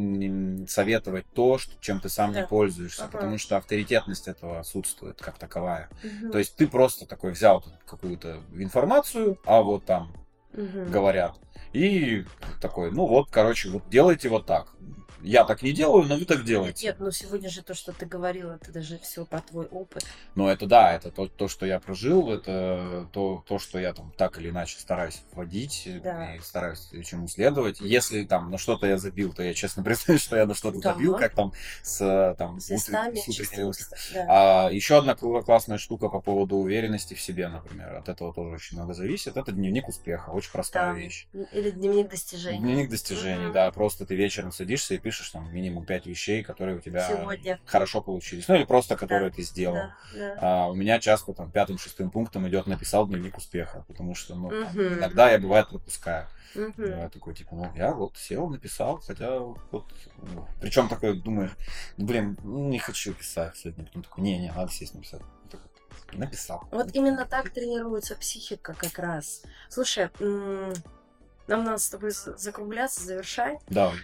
Не советовать то, чем ты сам Да. не пользуешься, Ага. потому что авторитетность этого отсутствует как таковая. Мгм. То есть ты просто такой взял какую-то информацию, а вот там Мгм. говорят. И такой, короче, вот делайте вот так. Я так не делаю, но вы так делаете. Нет, сегодня же то, что ты говорил, это даже все про твой опыт. Но это да, это то, что я прожил, это то, что я там так или иначе стараюсь вводить Да. и стараюсь чему следовать. Если там на что-то я забил, то я честно признаюсь, что я на что-то Да. забил, как там с Местами утренними чистыми, мыслями. да. Еще одна классная штука по поводу уверенности в себе, например. От этого тоже очень много зависит. Это дневник успеха, очень простая Да. вещь. Или дневник достижений. Дневник достижений, Мгм. да, просто ты вечером садишься и пишешь напишешь там минимум 5 вещей, которые у тебя Сегодня. хорошо получились. Ну или просто которые ты сделал. Да. А у меня часто там 5-6 пунктом идет написал дневник успеха, потому что ну, там, Мгм. иногда я бывает пропускаю. Мгм. Я такой, типа, ну, я вот сел, написал, хотя вот... Причем такой, думаю, блин, не хочу писать сегодня. Потом такой, не, надо сесть написать. Такой, написал. Вот именно так тренируется психика как раз. Слушай, нам надо с тобой закругляться, завершать. Давай.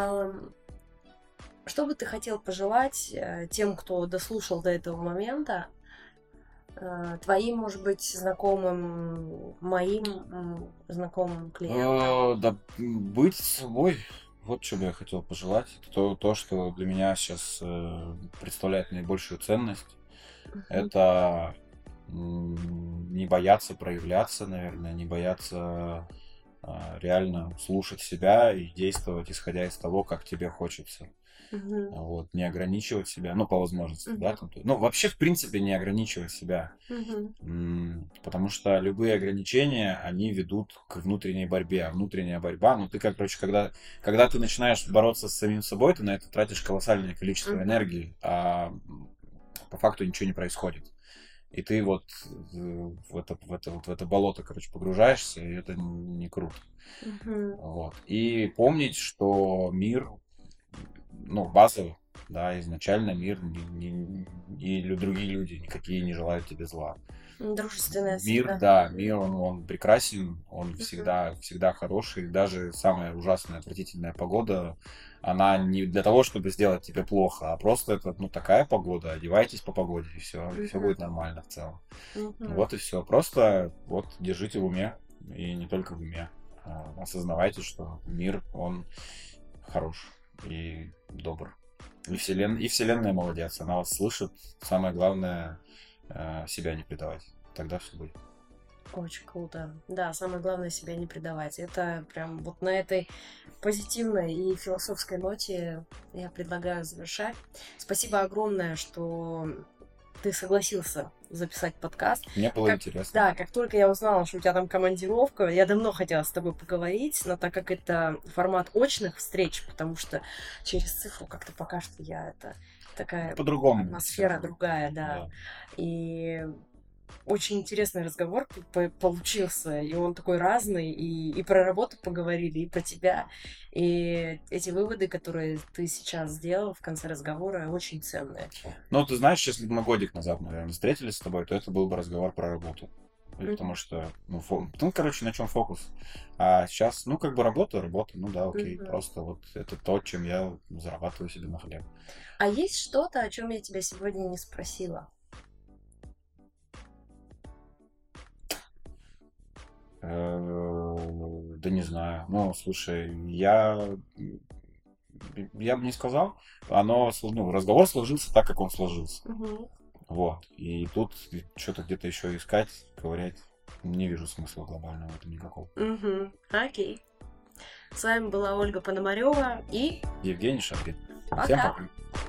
Что бы ты хотел пожелать тем, кто дослушал до этого момента, твоим, может быть, знакомым, моим знакомым клиентам? Да, быть собой. Вот что бы я хотел пожелать. То, что для меня сейчас представляет наибольшую ценность, это не бояться проявляться, наверное, не бояться реально слушать себя и действовать, исходя из того, как тебе хочется. Вот, не ограничивать себя, ну, по возможности, да, там, ну, вообще, в принципе, не ограничивать себя, потому что любые ограничения, они ведут к внутренней борьбе, а внутренняя борьба, ну, ты, короче, когда ты начинаешь бороться с самим собой, ты на это тратишь колоссальное количество энергии, а по факту ничего не происходит. И ты вот в это болото, короче, погружаешься, и это не круто. Вот. И помнить, что мир, ну, базово, да, изначально мир и другие люди никакие не желают тебе зла. Дружественная Мир, среда. да, мир, он прекрасен, он всегда хороший. Даже самая ужасная, отвратительная погода, она не для того, чтобы сделать тебе плохо, а просто это, ну, такая погода, одевайтесь по погоде, и все будет нормально в целом. Вот и все. Просто вот держите в уме, и не только в уме. Осознавайте, что мир, он хорош и добр. И Вселенная молодец, она вас слышит. Самое главное, себя не предавать. Тогда все будет. Очень круто. Да, самое главное себя не предавать. Это прям вот на этой позитивной и философской ноте я предлагаю завершать. Спасибо огромное, что ты согласился записать подкаст. Мне было интересно. Да, как только я узнала, что у тебя там командировка, я давно хотела с тобой поговорить, но так как это формат очных встреч, потому что через цифру как-то пока что я это такая по-другому атмосфера другая, да. И очень интересный разговор получился, и он такой разный, и про работу поговорили, и про тебя, и эти выводы, которые ты сейчас сделал в конце разговора, очень ценные. Ну, ты знаешь, если бы мы годик назад, наверное, встретились с тобой, то это был бы разговор про работу. Потому что, короче, на чем фокус. А сейчас, ну, как бы работа, ну да, окей. Просто вот это то, чем я зарабатываю себе на хлеб. А есть что-то, о чем я тебя сегодня не спросила? Да не знаю. Ну, слушай, я бы не сказал. Разговор сложился так, как он сложился. Вот. И тут что-то где-то еще искать, ковырять. Не вижу смысла глобального в этом никакого. Окей. С вами была Ольга Пономарева и Евгений Шаприн. Пока. Всем пока.